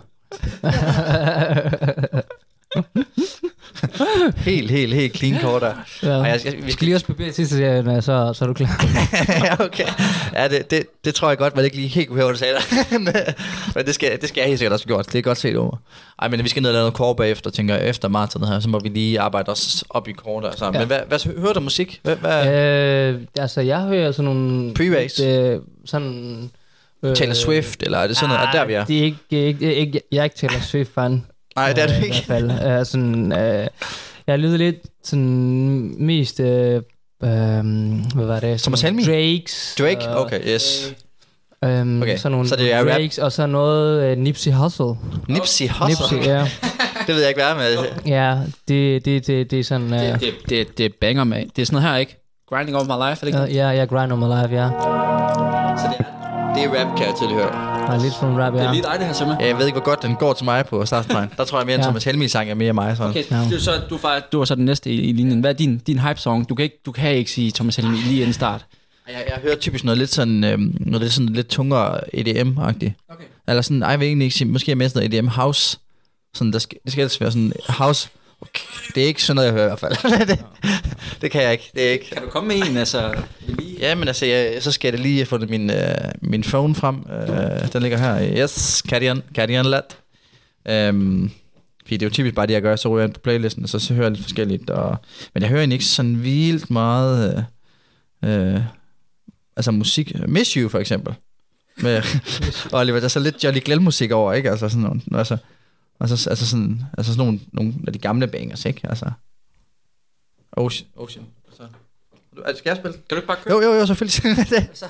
helt, helt, helt clean core der. Ja. Jeg, jeg, vi skal lige også barbere sidste serien, så, så er du klar. Ja, okay. Ja, det, det, det tror jeg godt, man ikke lige helt kunne høre, hvad du sagde der. Men det skal, det skal jeg helt sikkert også gjort. Det er godt set over. Ej, men vi skal ned og lave noget core bagefter, tænker jeg, efter maratonet her, så må vi lige arbejde os op i core der sammen. Ja. Men hvad, hvad hører du musik? Hvad, hvad? Øh, altså, jeg hører sådan nogle... Pre-race? Øh, sådan... Øh, Taylor Swift, eller er det sådan noget? Er der, vi er? Det er ikke, ikke, ikke, jeg er ikke Taylor Swift-fan. Nej, det er det ikke. I hvert fald. Uh, sådan, uh, jeg lyder lidt sådan mest... Uh, um, hvad var det? Thomas Helmig? Drakes. Drake? Uh, okay, yes. Um, okay, sådan nogle så det er Drakes, rap. og så noget uh, Nipsey Hussle. Nipsey Hussle? Nipsey, ja. Det ved jeg ikke, hvad er med. Ja, det, det, det, det er sådan... Uh, det, det, det, det banger med. Det er sådan her, ikke? Grinding Over My Life, er det ikke? Uh, ja, ja, Grind Over My Life, ja. Så det er, det er rap, kan jeg tydeligt høre. Ja, lidt sådan rap, ja. Det er lige dig, det her, Sømme. Ja, jeg ved ikke, hvor godt den går til mig på startstregen. Der tror jeg mere, end ja. Thomas Helmig sang er mere mig. Sådan. Okay, ja. du, er så, du, er, du er så den næste i, i linjen. Hvad er din, din hype-song? Du kan, ikke, du kan ikke sige Thomas Helmig lige inden start. Jeg, jeg hører typisk noget lidt sådan, øhm, noget lidt, sådan lidt tungere E D M-agtigt. Okay. Eller sådan, ej, jeg vil egentlig ikke sige, måske er mere sådan noget E D M house. Sådan, der skal, det skal ellers være sådan house. Okay. Det er ikke sådan noget, jeg hører i hvert fald. det, det kan jeg ikke. Det er ikke. Kan du komme med en, altså? Ja, men altså, jeg, så skal jeg lige få min, øh, min phone frem. Øh, den ligger her. Yes, Cardian, Cardian Lat. Øhm, fordi det er jo typisk bare det, jeg gør. Så ryger jeg på playlisten, og så, så hører jeg lidt forskelligt. Og, men jeg hører egentlig ikke sådan vildt meget... Øh, øh, altså musik. Miss You, for eksempel. Med Oliver, der er så lidt Jolly Glenn-musik over, ikke? Altså sådan nogle... Altså, Altså, altså sådan, altså sådan nogle, nogle af de gamle bangers, ikke? Altså, Ocean, Ocean. Så. Skal jeg spille? Kan du ikke bare køre? Jo, jo, jo, selvfølgelig. Så.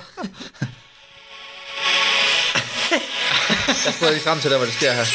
Jeg spurgte lige frem til der, hvad det sker her.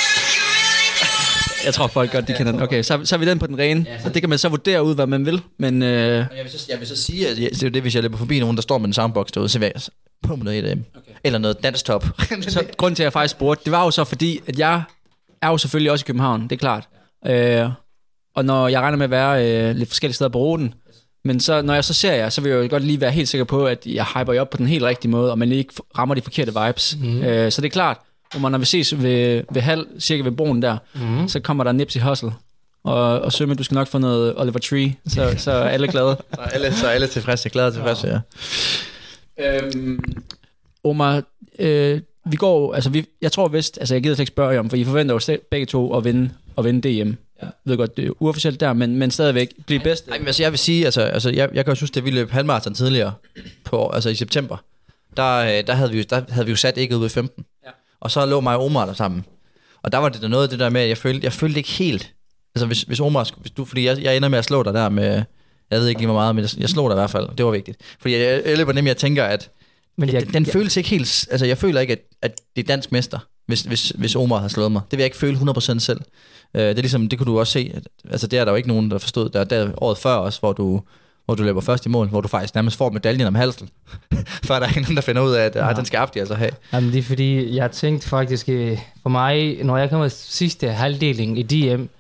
Jeg tror folk godt, de kender den. Okay, så, så er vi den på den rene. Og det kan man så vurdere ud, hvad man vil. Men øh... jeg, vil så, jeg vil så sige, at jeg, det er jo det, hvis jeg løber forbi nogen, der står med en soundbox derude, så vil jeg på med noget af dem. Okay. Eller noget danstop. Så grunden til, at jeg faktisk spurgte, det var jo så fordi, at jeg er jo selvfølgelig også i København, det er klart. Ja. Øh, og når jeg regner med at være øh, lidt forskellige steder på ruten, men så, når jeg så ser jer, så vil jeg jo godt lige være helt sikker på, at jeg hyper jer op på den helt rigtige måde, og man ikke rammer de forkerte vibes. Mm. Øh, så det er klart, når når vi ses ved, ved halv, cirka ved broen der, mm. så kommer der Nipsey Hussle. Og, og Sømme, du skal nok få noget Oliver Tree, så, så er alle glade. Så er alle, så er alle tilfredse, glade og tilfredse, ja. Øhm, Omar, øh, vi går, altså vi, jeg tror vist, altså jeg gider slet ikke spørge jer om, for I forventer jo begge to at vinde, at vinde D M. Ja. Jeg ved godt, det er uofficielt der, men, men stadigvæk blive bedst. Nej, men altså jeg vil sige, altså, altså jeg, jeg kan jo synes, det vi løb halvmarathon tidligere, på, altså i september, der, der, havde vi, der havde vi jo sat ikke ud ved femten. Ja. Og så lå mig og Omar der sammen. Og der var det der noget af det der med, at jeg følte, jeg følte ikke helt, altså hvis, hvis Omar, hvis du, fordi jeg, jeg ender med at slå dig der med, jeg ved ikke lige hvor meget, men jeg slog dig i hvert fald, det var vigtigt. Fordi jeg, jeg løber nemlig, jeg tænker, at men jeg, den, den jeg, føles ikke helt, altså jeg føler ikke, at, at det er dansk mester, hvis, hvis, hvis Omar har slået mig. Det vil jeg ikke føle hundrede procent selv. Uh, det er ligesom, det kunne du også se, at, altså det er der jo ikke nogen, der forstod, der, der året før også, hvor du, hvor du løber først i mål, hvor du faktisk nærmest får medaljen om halsen, før der er ingen, der finder ud af, at ja. den skal Abdi altså have. Jamen det er fordi, jeg tænkte faktisk, for mig, når jeg kommer sidste halvdeling i D M,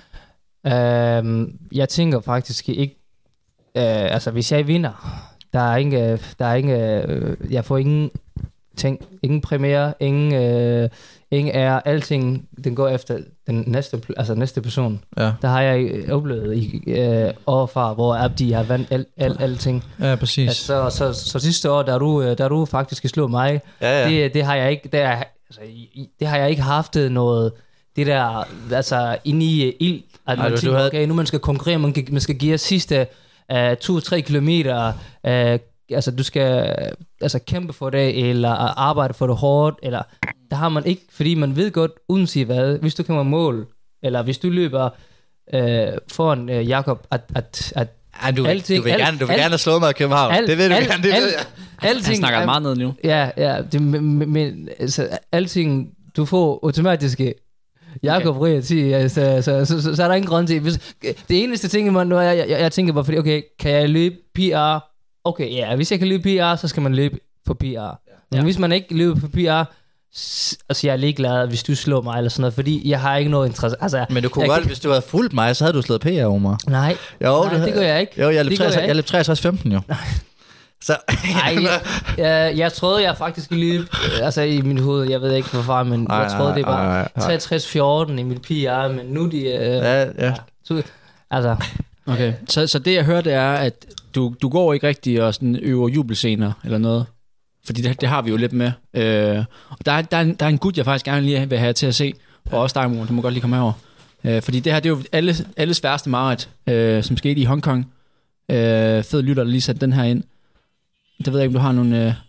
øh, jeg tænker faktisk ikke, øh, altså hvis jeg vinder, der er ingen, der er ingen, øh, jeg får ingen ting, ingen premiere, ingen, øh, ingen ære, alting, den går efter den næste, altså næste person. Ja. Der har jeg oplevet i øh, overfra, hvor Abdi har vandt al, al, alting. Ja, præcis. Altså, så, så, så sidste år, der du, der du faktisk slå mig, ja, ja. Det, det har jeg ikke, det, er, altså, det har jeg ikke haft noget, det der, altså inde i ild, at Ej, man du, tænker, du havde... okay, nu man skal konkurrere, man, man skal give sidste uh, to-tre kilometer, uh, altså du skal altså kæmpe for det, eller arbejde for det hårdt, eller der har man ikke, fordi man ved godt, uden at sige hvad, hvis du kommer mål, eller hvis du løber uh, foran uh, Jakob, at, at, at Ej, du, alting, du vil, alt, gerne, du vil alt, gerne have slået mig i København. alt, det ved du alt, gerne, det alt, ved jeg. Alting, Han snakker meget ned nu. Ja, ja, det, men, men altså, alting, du får automatisk Jakob okay. Ryger til, så, så, så, så, så er der ingen grund til. Hvis, det eneste ting, man, nu jeg, jeg, jeg tænker bare, fordi, okay, kan jeg løbe P R? Okay, ja, hvis jeg kan løbe P R, så skal man løbe på P R. Ja. Men ja. Hvis man ikke løber på P R, s- altså jeg er ligeglad, hvis du slår mig eller sådan noget, fordi jeg har ikke noget interesse. Altså, men du kunne godt, kan... hvis du havde fulgt mig, så havde du slået P R, Omar. Nej, jo, nej det, det gør jeg ikke. Jo, jeg løb treogtres femten jo. Så. Ej, jeg, jeg, jeg troede, jeg faktisk løb, altså i min hoved, jeg ved ikke hvorfor, men ej, jeg troede, det var treogtres fjorten i mit P R, men nu de... Øh, ja, ja. Så, altså... Okay, så, så det jeg hørte er, at du, du går ikke rigtig og sådan øver jubelscener eller noget, fordi det, det har vi jo lidt med. Øh, og der er, der, er en, der er en gut, jeg faktisk gerne lige vil have til at se, og også dig, mor, du må godt lige komme herover. Øh, fordi det her, det er jo alle, alles værste mareridt, øh, som skete i Hongkong. Øh, fed lytter, der lige satte den her ind. Det ved jeg ikke, om du har nogle... Øh...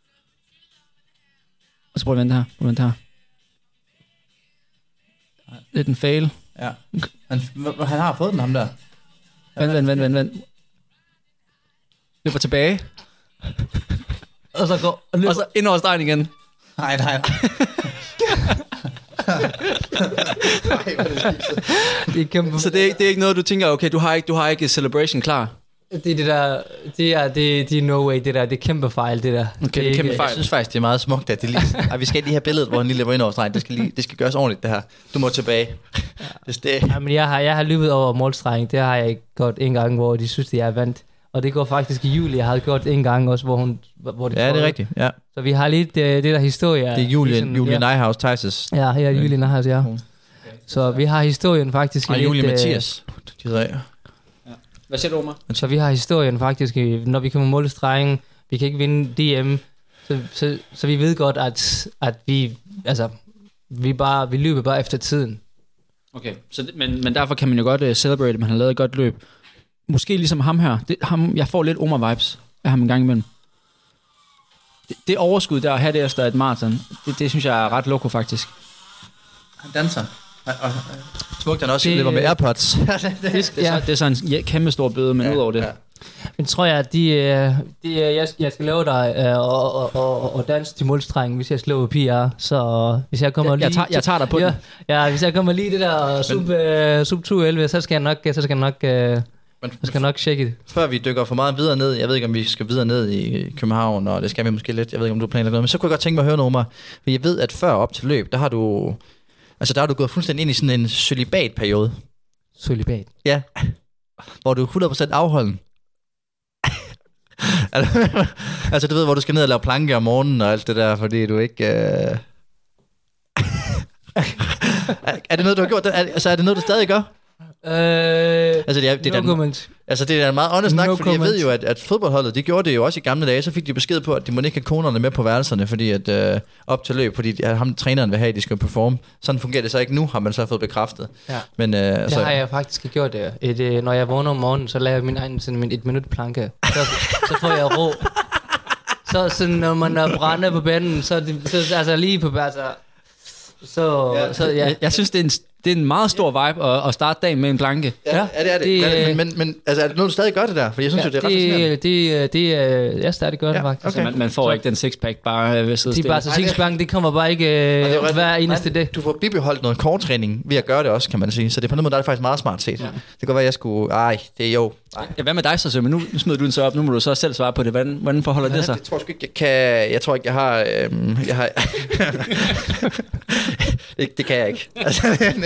Og så prøv at vente her. Prøv at vente her. Lidt en fail. Ja. Han, han har fået den, ham der. Vent, vent, vent, vent, vent. Løber tilbage. Og så går... Og, og så ind over stregen igen. Nej, nej, nej. det er kæmpe... Så det er, det er ikke noget, du tænker, okay, du har ikke, du har ikke celebration klar? Det er det der, det er, det, det er no way, det der, det er kæmpe fejl, det der. Okay, det, det er kæmpe fejl. Jeg synes faktisk, det er meget smukt, at det lige... Ej, vi skal lige have billedet, hvor han lige løber ind over stregen. Det skal, lige, det skal gøres ordentligt, det her. Du må tilbage. Ja. Det det. Jamen, jeg har, jeg har løbet over målstregen, det har jeg ikke gjort en gang, hvor de synes, at jeg er vandt. Og det går faktisk i juli, jeg har gjort en gang også, hvor hun... Hvor de ja, det er rigtigt, ja. Så vi har lidt det, det der historie. Det er Julie, ligesom, Julie ja. Neuhaus, Theises. Ja, her er Julie Neuhaus, ja. Så vi har historien faktisk... Og Julie lidt, Mathias. De tre. Hvad siger du, Omar? Så vi har historien faktisk, når vi kommer målstregen, vi kan ikke vinde D M, så, så, så vi ved godt, at, at vi, altså, vi, bare, vi løber bare efter tiden. Okay, så det, men, men derfor kan man jo godt uh, celebrate, at man har lavet et godt løb. Måske ligesom ham her. Det, ham, jeg får lidt Omar-vibes af ham en gang imellem. Det, det overskud der at have det efter et maraton, det, det synes jeg er ret loko faktisk. Han danser. Smukt, han også det, løber med AirPods. det, det, det, ja. det er så en ja, kæmpe stor bøde, men ja, ud over det. Ja. Men tror jeg, at de, de, jeg, jeg skal lave dig øh, og, og, og, og danse til målstrengen, hvis jeg slår P R. Så hvis jeg kommer jeg, lige... Jeg tager, jeg tager dig på ja, den. Ja, hvis jeg kommer lige det der sub, uh, sub to elleve, så skal jeg nok, så skal jeg nok, uh, men, jeg skal nok tjekke det. Før vi dykker for meget videre ned, jeg ved ikke, om vi skal videre ned i København, og det skal vi måske lidt, jeg ved ikke, om du planlægger noget, men så kunne jeg godt tænke mig at høre noget, Omar. For jeg ved, at før op til løb, der har du... Altså, der har du gået fuldstændig ind i sådan en cølibat-periode. Cølibat? Ja. Hvor du er hundrede procent afholden. Altså, du ved, hvor du skal ned og lave planke om morgenen og alt det der, fordi du ikke... Øh... er det noget, du har gjort? Er, altså, er det noget, du stadig gør? Øh, altså, det er, det er no comment. Altså, det er en meget honest snak, no fordi comment. Jeg ved jo, at, at fodboldholdet, de gjorde det jo også i gamle dage, så fik de besked på, at de må ikke have konerne med på værelserne, fordi at øh, op til løb, fordi at ham træneren vil have, at de skal performe. Sådan fungerer det så ikke nu, har man så fået bekræftet. Ja. Men, øh, det så, har jeg faktisk gjort det. Et, øh, når jeg vågner om morgenen, så laver jeg min egen sådan min et minut planke. Så, så får jeg ro. Så sådan, når man er brændt på banen, så, det, så altså lige på altså, så, ja. så ja. Jeg, jeg synes, det er en det er en meget stor vibe at, at starte dagen med en planke. Ja, ja, det er det. det, det men, men, men altså, er det noget, du stadig gør det der? Fordi jeg synes ja, jo, det er ret fascinerende. det, det, det, det, jeg stadig gør det Ja, faktisk. okay. Så man, man får ikke den sixpack bare ved at sidde Det er bare stille. så sixpacken, det kommer bare ikke Og det er jo øh, ret- hver eneste nej, dag. Du får bibeholdt noget korttræning ved at gøre det også, kan man sige. Så det er på den måde, der er det faktisk meget smart set. Ja. Det kan godt være, at jeg skulle... Ej, det er jo... Ej. Ja, hvad med dig så, Sømme? Nu, nu smider du den så op. Nu må du så selv svare på det. Hvordan, hvordan forholder det sig? Jeg tror sgu ikke, jeg kan... Jeg tror ikke, jeg har... Øhm, jeg har det, det kan jeg ikke. Altså,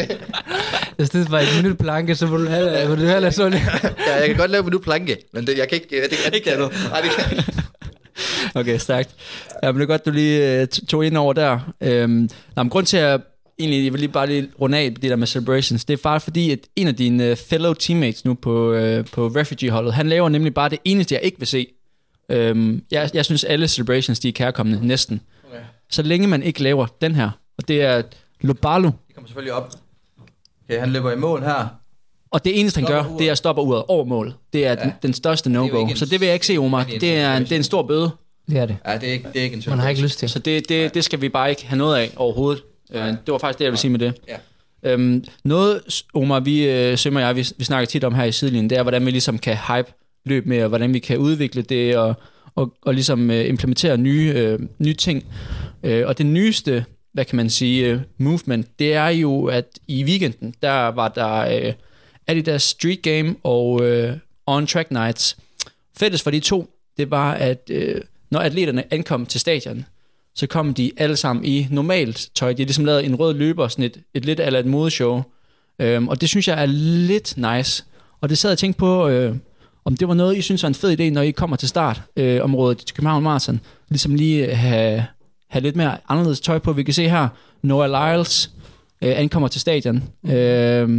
I stedet for et minut planke, så må du have, må du have sådan. ja, jeg kan godt lave minut planke, men det, jeg kan ikke... Det, det, Ikke det, du. Nej, det kan Okay, stærkt. Ja, men det er godt, du lige uh, tog ind over der. Øhm, nej, men grund til, at jeg egentlig jeg vil lige bare lige runde af det der med celebrations, det er faktisk fordi, at en af dine uh, fellow teammates nu på, uh, på refugee-holdet, han laver nemlig bare det eneste, jeg ikke vil se. Øhm, jeg, jeg synes, alle celebrations, de er kærkommende, næsten. Okay. Så længe man ikke laver den her, og det er Lobalo, Det kommer selvfølgelig op. Okay, han løber i mål her. og det eneste, han gør, Stopper uret. det er at stoppe uret over mål. Det er ja. den, den største jo no-go. ikke en- Så det vil jeg ikke se, Omar. det er en Det er en, det er en stor bøde. Det er det. Ja, det er ikke, det er ikke en Man har ikke lyst til. Så det, det, det skal vi bare ikke have noget af overhovedet. Øh, det var faktisk det, jeg ville sige med det. Ja. Øhm, noget, Omar, vi, øh, Søm og jeg, vi, vi snakker tit om her i sidelinjen, det er, hvordan vi ligesom kan hype løb med, og hvordan vi kan udvikle det, og, og, og ligesom øh, implementere nye, øh, nye ting. Øh, og det nyeste, hvad kan man sige, øh, movement, det er jo, at i weekenden, der var der øh, Adidas Street Game og øh, On Track Nights. Fælles for de to, det var, at øh, når atleterne ankom til stadion, så kom de alle sammen i normalt tøj. De har ligesom lavet en rød løber, sådan et, et lidt eller et modeshow. Øhm, og det synes jeg er lidt nice. Og det sad jeg og tænkte på, øh, om det var noget, I synes var en fed idé, når I kommer til start øh, området til København Marathon. Ligesom lige have, have lidt mere anderledes tøj på. Vi kan se her, Noah Lyles øh, ankommer til stadion. Øh,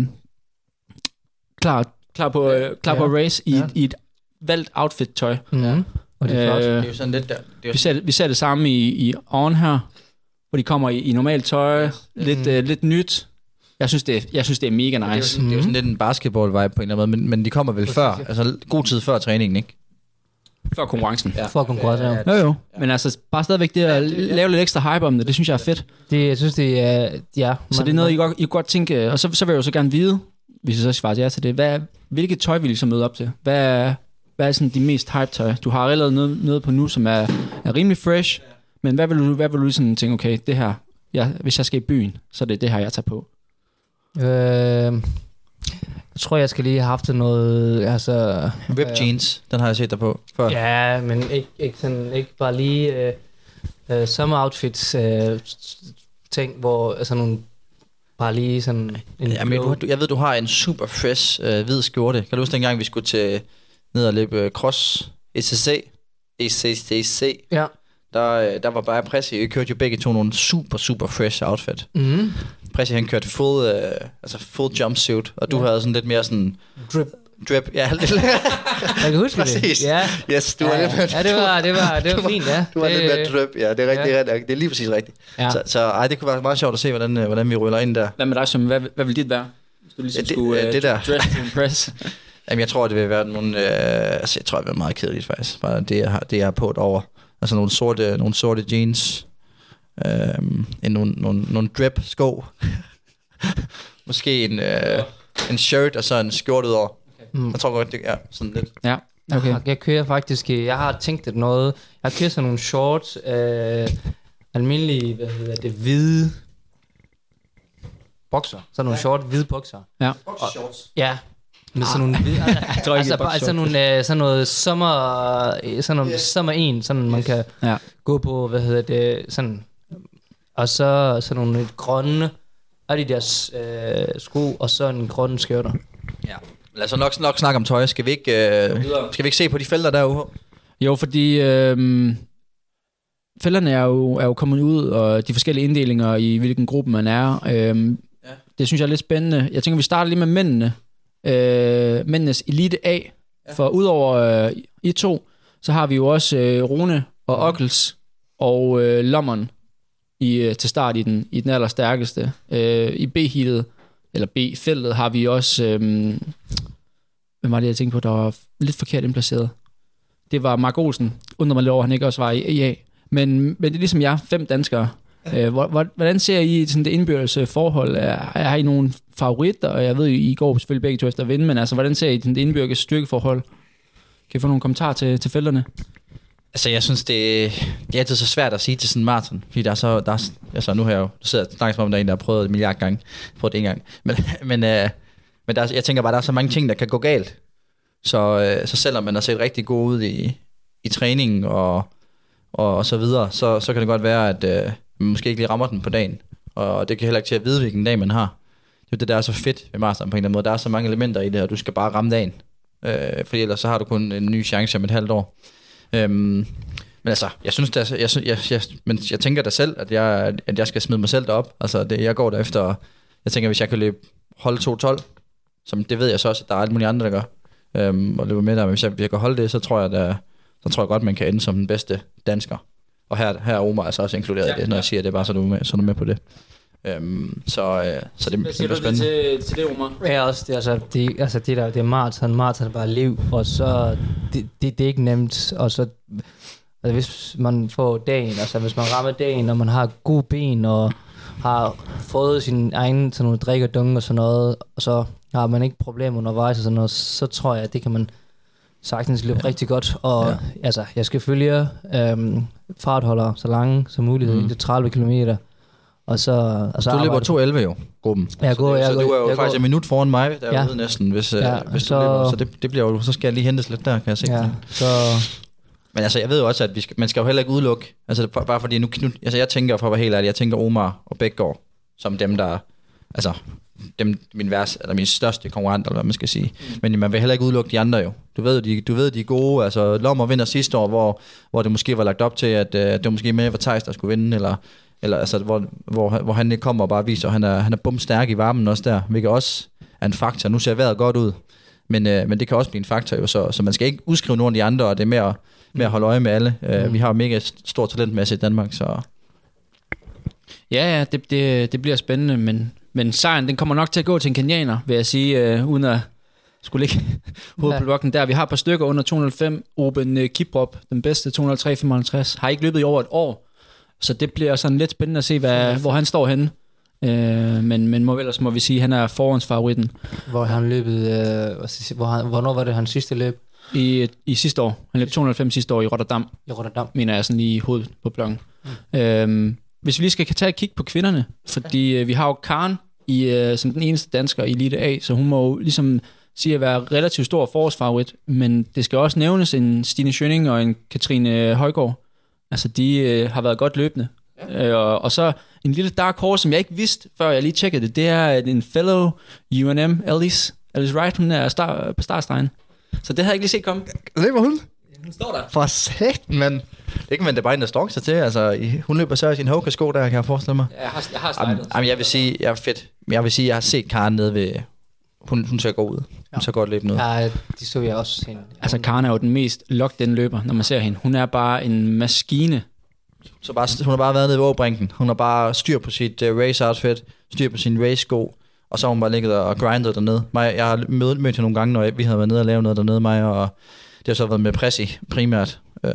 klar, klar på, øh, klar på Ja. at race i, Ja. i et valgt outfit-tøj. Mm. Og det er flot. Øh, Det er jo sådan lidt der. Det er vi ser, vi ser det samme i, i On her, hvor de kommer i, i normalt tøj, lidt, Mm. øh, lidt nyt. Jeg synes, det er, jeg synes, det er mega Det er, jo nice. sådan, det er jo sådan lidt en basketball-vibe på en eller anden måde, men, men de kommer vel før, altså god tid før træningen, ikke? Før konkurrencen. Ja. For konkurrence, ja. Jo jo, men altså bare stadigvæk det at lave lidt ekstra hype om det, det synes jeg er fedt. Det, jeg synes, det er... Ja, Så det er noget, I godt, I godt tænke, og så, så vil jeg jo så gerne vide, hvis jeg så svarer ja til det, hvad, hvilket tøj vil I så møde op til? Hvad er, hvad er sådan de mest hype tøj? Du har allerede noget, noget på nu, som er, er rimelig fresh, men hvad vil du, hvad vil du sådan tænke, okay, det her, ja, hvis jeg skal i byen, så er det det her, jeg tager på. Øh, jeg tror, jeg skal lige have haft noget... Altså, Rip jeans, den har jeg set dig på før. ja, men ikke, ikke, sådan, ikke bare lige... Øh, øh, summer outfits øh, ting, hvor altså nogle... Bare lige sådan... En Ja, men blå- du, jeg ved, du har en super fresh øh, hvid skjorte. Kan du huske dengang, vi skulle til ned og løbe øh, cross E C C? E C C. Ja. Der, øh, der var bare Pressi. Vi kørte jo begge to nogle super, super fresh outfit. Mm. Pressi, han kørte full, øh, altså full jumpsuit, og du Ja. havde sådan lidt mere sådan Drip. drip. Ja, lidt. Jeg kan huske Præcis. det. Ja. Yes, du var ja, lidt mere, ja, det var, det var, det var du var- fint, ja. du var det, lidt mere drip. Ja, det er rigtigt. ja. Det, er, rigtigt. Det er lige præcis rigtigt. Ja. Så, så ej, det kunne være meget sjovt at se, hvordan, øh, hvordan vi ruller ind der. Hvad med dig, som, hvad, hvad vil dit være? Hvis du ligesom Ja, det- skulle øh, uh, det der. dress to impress. Jamen, jeg tror, det vil være nogle... Øh, altså, jeg tror, det vil være meget kedeligt, faktisk. Bare det, jeg har, det, jeg har på et over. Altså, nogle sorte, nogle sorte jeans. Øh, en, nogle, nogle, nogle drip-sko. Måske en, øh, en shirt, og så en skjorte ud over. Mm. Jeg tror godt, det er sådan lidt. Ja, okay. Jeg, jeg kører faktisk, jeg har tænkt lidt noget, jeg kører sådan nogle shorts, øh, almindelige, hvad hedder det, hvide bokser, sådan nogle short hvide bokser. Ja. Ja, med sådan nogle hvide, Jeg tror ikke, altså det er bare boxshorts. sådan nogle, øh, sådan noget sommer, sådan noget sommer en, sådan man kan Ja. gå på, hvad hedder det, sådan, og så sådan nogle lidt grønne Adidas øh, sko, og så en grønne skjorter. Ja. Lad os så nok, nok snakke om tøj. Skal vi ikke, øh, skal vi ikke se på de felter derude? Jo, fordi øh, fælderne er jo, er jo kommet ud, og de forskellige inddelinger i, hvilken gruppe man er. Øh, ja. Det synes jeg er lidt spændende. Jeg tænker, vi starter lige med mændene. Øh, mændenes Elite A. Ja. For udover øh, I to, så har vi jo også øh, Rune og Ockels og øh, Lommeren i, øh, til start i den, i den allerstærkeste. Øh, I B-heatet, eller B-feltet, har vi også... Øh, hvem var det, jeg tænkte på, der var lidt forkert indplaceret? Det var Mark Olsen. Undrer mig lidt over, at han ikke også var i E A. Men, men det er ligesom jer, fem danskere. Øh, hvordan ser I sådan det indbyrdes forhold? Er, er I nogle favoritter? Og jeg ved, I går selvfølgelig begge to efter at vinde, men altså, hvordan ser I det indbyrdes styrkeforhold? Kan I få nogle kommentarer til, til felterne? Altså, jeg synes, det, det er altid så svært at sige til sådan en maraton, fordi der er så, der er, altså nu har jeg jo, du sidder og snakker som om, der er en, der har prøvet en milliard gange, prøvet det en gang, men, men, øh, men der er, jeg tænker bare, der er så mange ting, der kan gå galt, så, øh, så selvom man har set rigtig god ud i, i træningen og, og, og så videre, så, så kan det godt være, at øh, man måske ikke lige rammer den på dagen, og det kan heller ikke til at vide, hvilken dag man har. Det er det, der er så fedt ved maraton på en eller anden måde, der er så mange elementer i det, og du skal bare ramme dagen, øh, fordi ellers så har du kun en ny chance om et halvt år. Øhm, men altså, jeg synes da, jeg, jeg, jeg, jeg, men jeg tænker da selv, at jeg, at jeg skal smide mig selv derop. Altså, det, jeg går der efter, jeg tænker, hvis jeg kan løbe holde to tolv, som det ved jeg så også, at der er alt muligt andre, der gør, øhm, og løber med der, men hvis jeg, hvis jeg kan holde det, så tror jeg, der, så tror jeg godt, man kan ende som den bedste dansker. Og her, her er Omar altså også inkluderet i ja, det, når jeg siger det, bare så du er med, så er du med på det. Øhm, så, øh, så det, Hvad siger det du spændende. til, til det, Omar? Ja, også det, altså, det, altså det der, det er maraton, maraton er bare liv, og så, det, det, det er ikke nemt, og så, altså hvis man får dagen, altså hvis man rammer dagen, og man har gode ben, og har fået sin egen sådan nogle drik og dunge og sådan noget, og så har man ikke problemer undervejs og sådan noget, så tror jeg, at det kan man sagtens løbe ja. rigtig godt, og ja. altså, jeg skal følge øhm, fartholder så lange som muligt, mm. det tredive kilometer. Og så, og så du løber to elleve jo, gruppen. Jeg går, så, det, jeg så går, du er jo jeg faktisk går. en minut foran mig derude Ja. næsten, hvis, ja, øh, hvis så, du løber. Så det, det bliver jo, så skal jeg lige hentes lidt der, kan jeg se. Ja, så... Men altså, jeg ved jo også, at vi skal, man skal jo heller ikke udelukke, altså bare fordi nu, nu altså jeg tænker, for at være helt ærlig, jeg tænker Omar og Bækgaard som dem, der, altså, dem, min vers, eller min største konkurrent, eller hvad man skal sige. Mm. Men man vil heller ikke udelukke de andre jo. Du ved, de, du ved, de er gode, altså Lommer vinder sidste år, hvor, hvor det måske var lagt op til, at uh, det var måske mere var Theis, der skulle vinde, eller eller altså hvor, hvor, hvor han kommer og bare viser, at han er, han er bumstærk i varmen også der, hvilket også er en faktor. Nu ser vejret godt ud, men, øh, men det kan også blive en faktor jo, så, så man skal ikke udskrive nogen af de andre, og det er mere, mere at holde øje med alle. Mm. Uh, vi har mega stor talentmasse i Danmark, så... Ja, ja, det, det, det bliver spændende, men, men sejren, den kommer nok til at gå til en kenianer, vil jeg sige, øh, uden at skulle ligge hovedet på blokken der. Vi har et par stykker under to hundrede og fem, Ruben øh, Kiprop, den bedste, to hundrede og tre komma femoghalvtreds, har ikke løbet i over et år, så det bliver sådan lidt spændende at se, hvad, hvor han står henne. Øh, men, men må, ellers må vi sige, at han er forhåndsfavoritten. Hvor han løbet, øh, hvor han, hvornår var det hans sidste løb? I, I sidste år. Han løb to hundrede og fem sidste år i Rotterdam. I Rotterdam. Mener jeg sådan lige i hovedet på blokken. Mm. Øh, hvis vi lige skal tage et kig på kvinderne, fordi øh, vi har jo Karen i, øh, som den eneste dansker i Elite A, så hun må jo ligesom sige at være relativt stor forårsfavorit, men det skal også nævnes en Stine Schønning og en Katrine Højgaard. Altså, de øh, har været godt løbende. Ja. Øh, og, og så en lille dark horse, som jeg ikke vidste, før jeg lige tjekkede det, det er en fellow U N M, Alice, Alice Wright, hun er star, på startstregen. Så det havde jeg ikke lige set komme. Løber hun? Hun står der. For sæt, mand. Det kan man da bare ind og stalke sig til. Altså, hun løber så i sin Hoka-sko der, kan jeg forestille mig. Ja, jeg har, jeg har startet. Jamen, jeg vil sige, jeg er fedt. Jeg vil sige, jeg har set Karen nede ved... Hun, hun ser god ud. Hun ja. ser godt løbe noget. Ja, de så jeg også hende. Altså, Karen er jo den mest locked-in løber, når man ser hende. Hun er bare en maskine. Så bare, hun har bare været nede ved åbrinken. Hun har bare styr på sit uh, race outfit, styr på sin race sko, og så har hun bare ligget og grindet dernede. Mig, jeg har mødt, mødt hende nogle gange, når vi havde været nede og lavet noget dernede, mig, og det har så været med Pressi primært. Uh,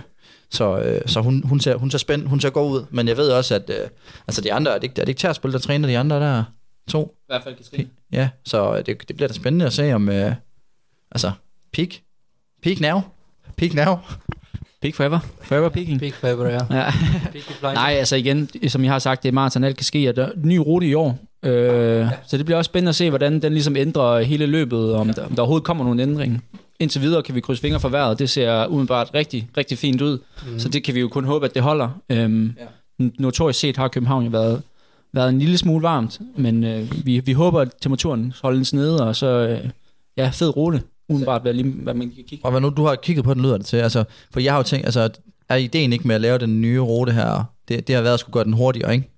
så uh, så hun, hun, ser, hun ser spændt, hun ser god ud, men jeg ved også, at uh, altså de andre, er det ikke, er det ikke Tærspil, der træner de andre der? To? I hvert fald Katrine. Ja, så det, det bliver da spændende at se om, uh, altså, peak. Peak now. Peak now. Peak forever. Forever peaking. Peak forever, ja. ja. Nej, altså igen, som jeg har sagt, det er maraton, alt kan ske, og der er en ny rute i år. Øh, ja. Så det bliver også spændende at se, hvordan den ligesom ændrer hele løbet, om, ja. der, om der overhovedet kommer nogen ændring. Indtil videre kan vi krydse fingre for vejret. Det ser umiddelbart rigtig, rigtig fint ud. Mm. Så det kan vi jo kun håbe, at det holder. Øhm, ja. Notorisk set har København jo været, været en lille smule varmt, men øh, vi, vi håber, at temperaturen holdes nede, og så øh, ja, fed rute. Udenbart, hvad, lige, hvad man kan kigge. Og hvad nu du har kigget på den, lyder det til? Altså, for jeg har jo tænkt, altså, er ideen ikke med at lave den nye rute her? Det, det har været at skulle gøre den hurtigere, ikke?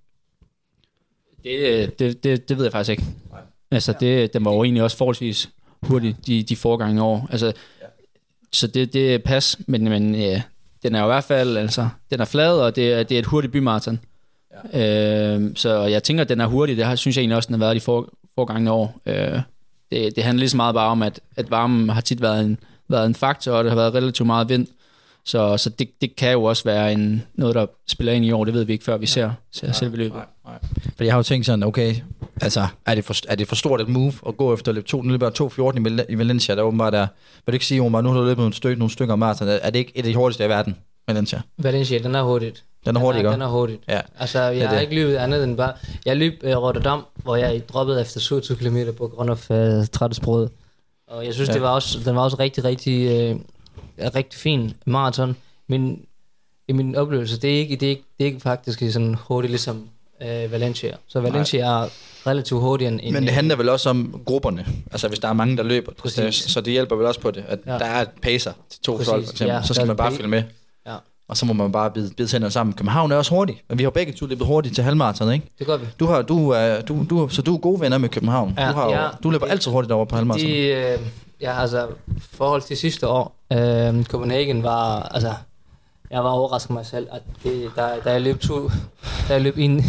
Det, det, det, det ved jeg faktisk ikke. Nej. Altså, det, den var jo egentlig også forholdsvis hurtig, de, de foregående år. Altså, ja. Så det, det er pas, men, men ja, den er jo i hvert fald, altså, den er flad, og det er, det er et hurtigt bymaraton. Ja. Øh, så jeg tænker, at den er hurtig. Det har, synes jeg egentlig også, den har været de for, foregående år. Øh, Det, det handler lige så meget bare om, at, at varmen har tit været en, været en faktor, og det har været relativt meget vind. Så, så det, det kan jo også være en, noget, der spiller ind i år. Det ved vi ikke, før vi ser, ser selve løbet. Nej, nej. For jeg har jo tænkt sådan, okay, altså, er det for, er det for stort et move at gå efter at løbe to, nu løber to fjorten i, i Valencia, der åbenbart er, vil du ikke sige, Omar, nu har du løbet nogle stykker, nogle stykker om maraton, er det ikke et af de hurtigste i verden, Valencia? Valencia, den er hurtigt. Den er hurtigt, ikke? Den er hurtigt. Ja. Altså, jeg det har det. ikke løbet andet end bare... Jeg løb uh, Rotterdam, hvor jeg droppede efter syvogtyve kilometer på grund af uh, trættesbrød. Og jeg synes, ja. det var også, den var også rigtig, rigtig, uh, rigtig fin maraton. Men i min oplevelse, det er ikke, det er ikke, det er ikke faktisk sådan hurtigt ligesom uh, Valencia. Så Valencia Nej. er relativt hurtigere end... Men det handler vel også om grupperne. Altså, hvis der er mange, der løber. Præcis. Så det hjælper vel også på det, at ja. der er et pacer til to folk, for eksempel. Ja, så skal man bare følge med. Ja. Og så må man bare bide, bide tænderne sammen. København er også hurtig, men vi har begge to løbet hurtigt til halvmaraton, ikke? Det gør vi. Du har, du, uh, du, du, så du er gode venner med København. Ja, du, har, ja, du løber det, altid hurtigt over på halvmaraton. De, øh, ja, altså, forhold til sidste år, øh, Copenhagen var, altså, jeg var overrasket mig selv, at det, der, der jeg løb to, der jeg løb ind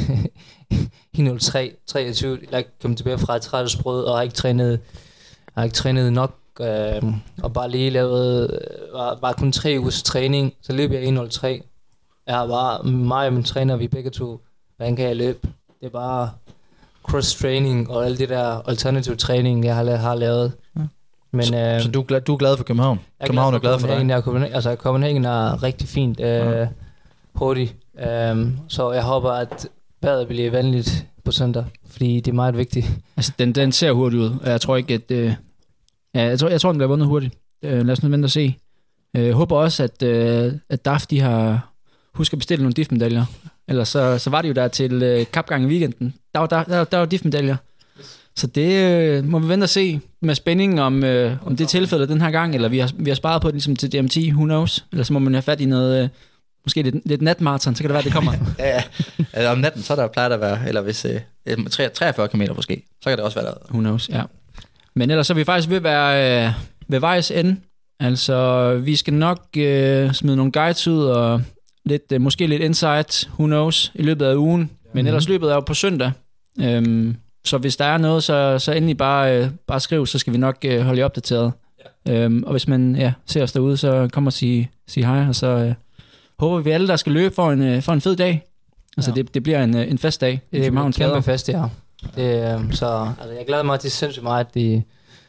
i nul tre treogtyve, jeg kom tilbage fra et trættesbrød, og har ikke trænet, har ikke trænet nok, øh, og bare lige lavet, var, bare kun tre ugers træning, så løb jeg i nul tre. Jeg har bare, mig og min træner, vi begge to, hvordan kan jeg løbe? Det er bare cross-training og alt det der alternative træning, jeg har, har lavet. Ja. Men, så, øh, så du, er glad, du er glad for København? København er glad for dig? Ja, Copenhagen, altså Copenhagen er rigtig fint, øh, ja. hurtigt. Øh, så jeg håber, at badet bliver venligt på søndag, fordi det er meget vigtigt. Altså, den, den ser hurtigt ud, og jeg tror ikke, at... Øh, ja, jeg, tror, jeg tror, den bliver vundet hurtigt. Øh, lad os nu vente og se. Jeg øh, håber også, at, øh, at D A F, de har husket at bestille nogle D I F-medaljer. Ellers så, så var det jo der til øh, kapgang i weekenden. Der var, der, der, der var D I F-medaljer. Så det øh, må vi vente og se med spænding, om, øh, om det er tilfældet den her gang, eller vi har, vi har sparet på det ligesom til D M T, who knows? Eller så må man have fat i noget, øh, måske lidt, lidt natmaraton, så kan det være, det kommer. ja, ja. Altså, om natten, så der plejer der at være, eller hvis øh, treogfyrre kilometer måske, så kan det også være der. Who knows, ja. Men ellers så er vi faktisk ved at være øh, ved vejs ende. Altså, vi skal nok øh, smide nogle guides ud, og lidt, øh, måske lidt insight, who knows, i løbet af ugen. Men mm-hmm. ellers løbet er jo på søndag. Øhm, så hvis der er noget, så, så endelig bare, øh, bare skriv, så skal vi nok øh, holde jer opdateret. Ja. Øhm, og hvis man ja, ser os derude, så kom og sige, sige hej, og så øh, håber vi alle, der skal løbe for en, øh, for en fed dag. Altså, ja. det, det bliver en, øh, en fest dag. Det er en kæmpe fest, ja. Det, øh, så altså, jeg glæder mig til sindssygt meget, de,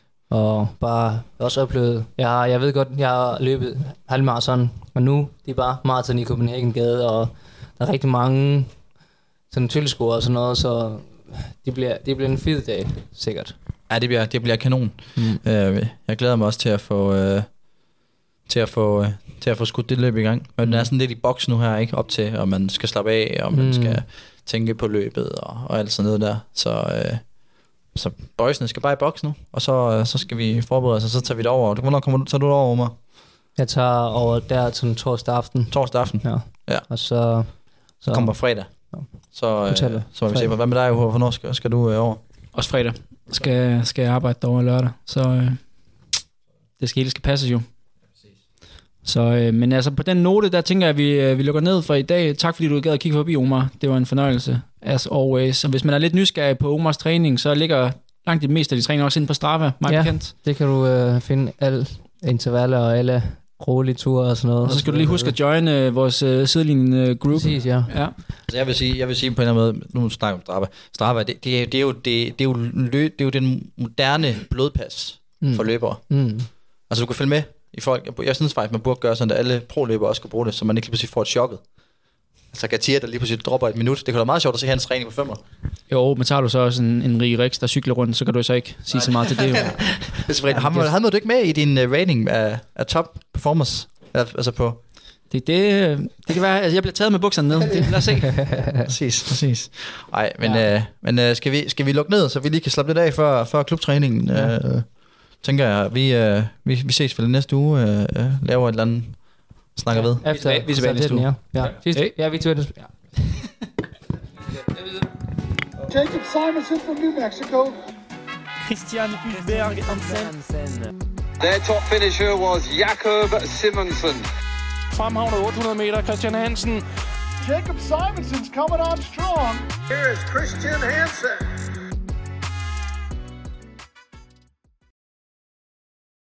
og bare også oplevet. Jeg, jeg ved godt, jeg har løbet halvmaraton, men nu det er bare maraton i Copenhagen Gade, og der er rigtig mange sådan tilskuere og sådan noget, så det bliver, det bliver en fed dag, sikkert. Ja, det bliver, det bliver kanon. Mm. Øh, jeg glæder mig også til at få øh, til at få øh, til at få skudt det løb i gang. Men mm. den er sådan lidt i boks nu her, ikke op til, og man skal slappe af, og man mm. skal tænke på løbet og, og alt sådan noget der. Så øh, så boysene skal bare i boks nu, og så øh, så skal vi forberede os, og så tager vi det over. Hvornår kommer du, tager du det over, Omar? Jeg tager over der til torsdag aften. Torsdag aften. Ja. Ja. Og så så kommer fredag. Ja. Så øh, så må vi se, hvad med dig, hvornår skal, skal du øh, over? Også fredag. Skal, skal jeg arbejde derovre lørdag, så øh, det skal hele skal passe jo. Så, øh, men altså på den note, der tænker jeg, at vi, øh, vi lukker ned for i dag. Tak fordi du gad at kigge forbi, Omar. Det var en fornøjelse, as always. Og hvis man er lidt nysgerrig på Omars træning, så ligger langt det meste af de træninger også inde på Strava, meget ja, bekendt. Det kan du øh, finde alle intervaller og alle rolige ture og sådan noget. Og så skal du lige huske at joine øh, vores øh, sidelinjen group. Præcis, ja. ja. Altså jeg vil sige, jeg vil sige på en eller anden måde, nu snakker vi om Strava. Strava, det, det, er, det, er jo, det, det, er jo lø, det er jo den moderne blodpas mm. for løbere. Mm. Altså du kan følge med i folk. Jeg synes faktisk, man burde gøre sådan, at alle pro-løbere også skal bruge det, så man ikke lige pludselig får et chokket. Altså Gatia, der lige pludselig dropper et minut. Det kan være meget sjovt at se hans træning på femmer. Jo, men tager du så også en, en rig Rex, der cykler rundt, så kan du så ikke sige Nej. så meget til det. det er ham, ham var du ikke med i din uh, rating af, af top performance? Altså på... Det, det, det kan være, altså jeg bliver taget med bukserne ned. Det, lad os se. præcis, præcis. Ej, men, ja. øh, men øh, skal, vi, skal vi lukke ned, så vi lige kan slappe lidt af før, før klubtræningen? Ja. Øh, tænker jeg, vi, øh, vi, vi ses vel næste uge, øh, laver et eller andet, snakker ja, ved. Efter, vi er tilbage næste uge. Ja, ja. Sidste, ja, vi er tilbage næste uge. Jacob Simonson from New Mexico. Christian Hulberg Hansen. Their top finisher was Jakob Simonsen. Fremhavnet otte hundrede meter, Christian Hansen. Jacob Simonson's coming on strong. Here is Christian Hansen.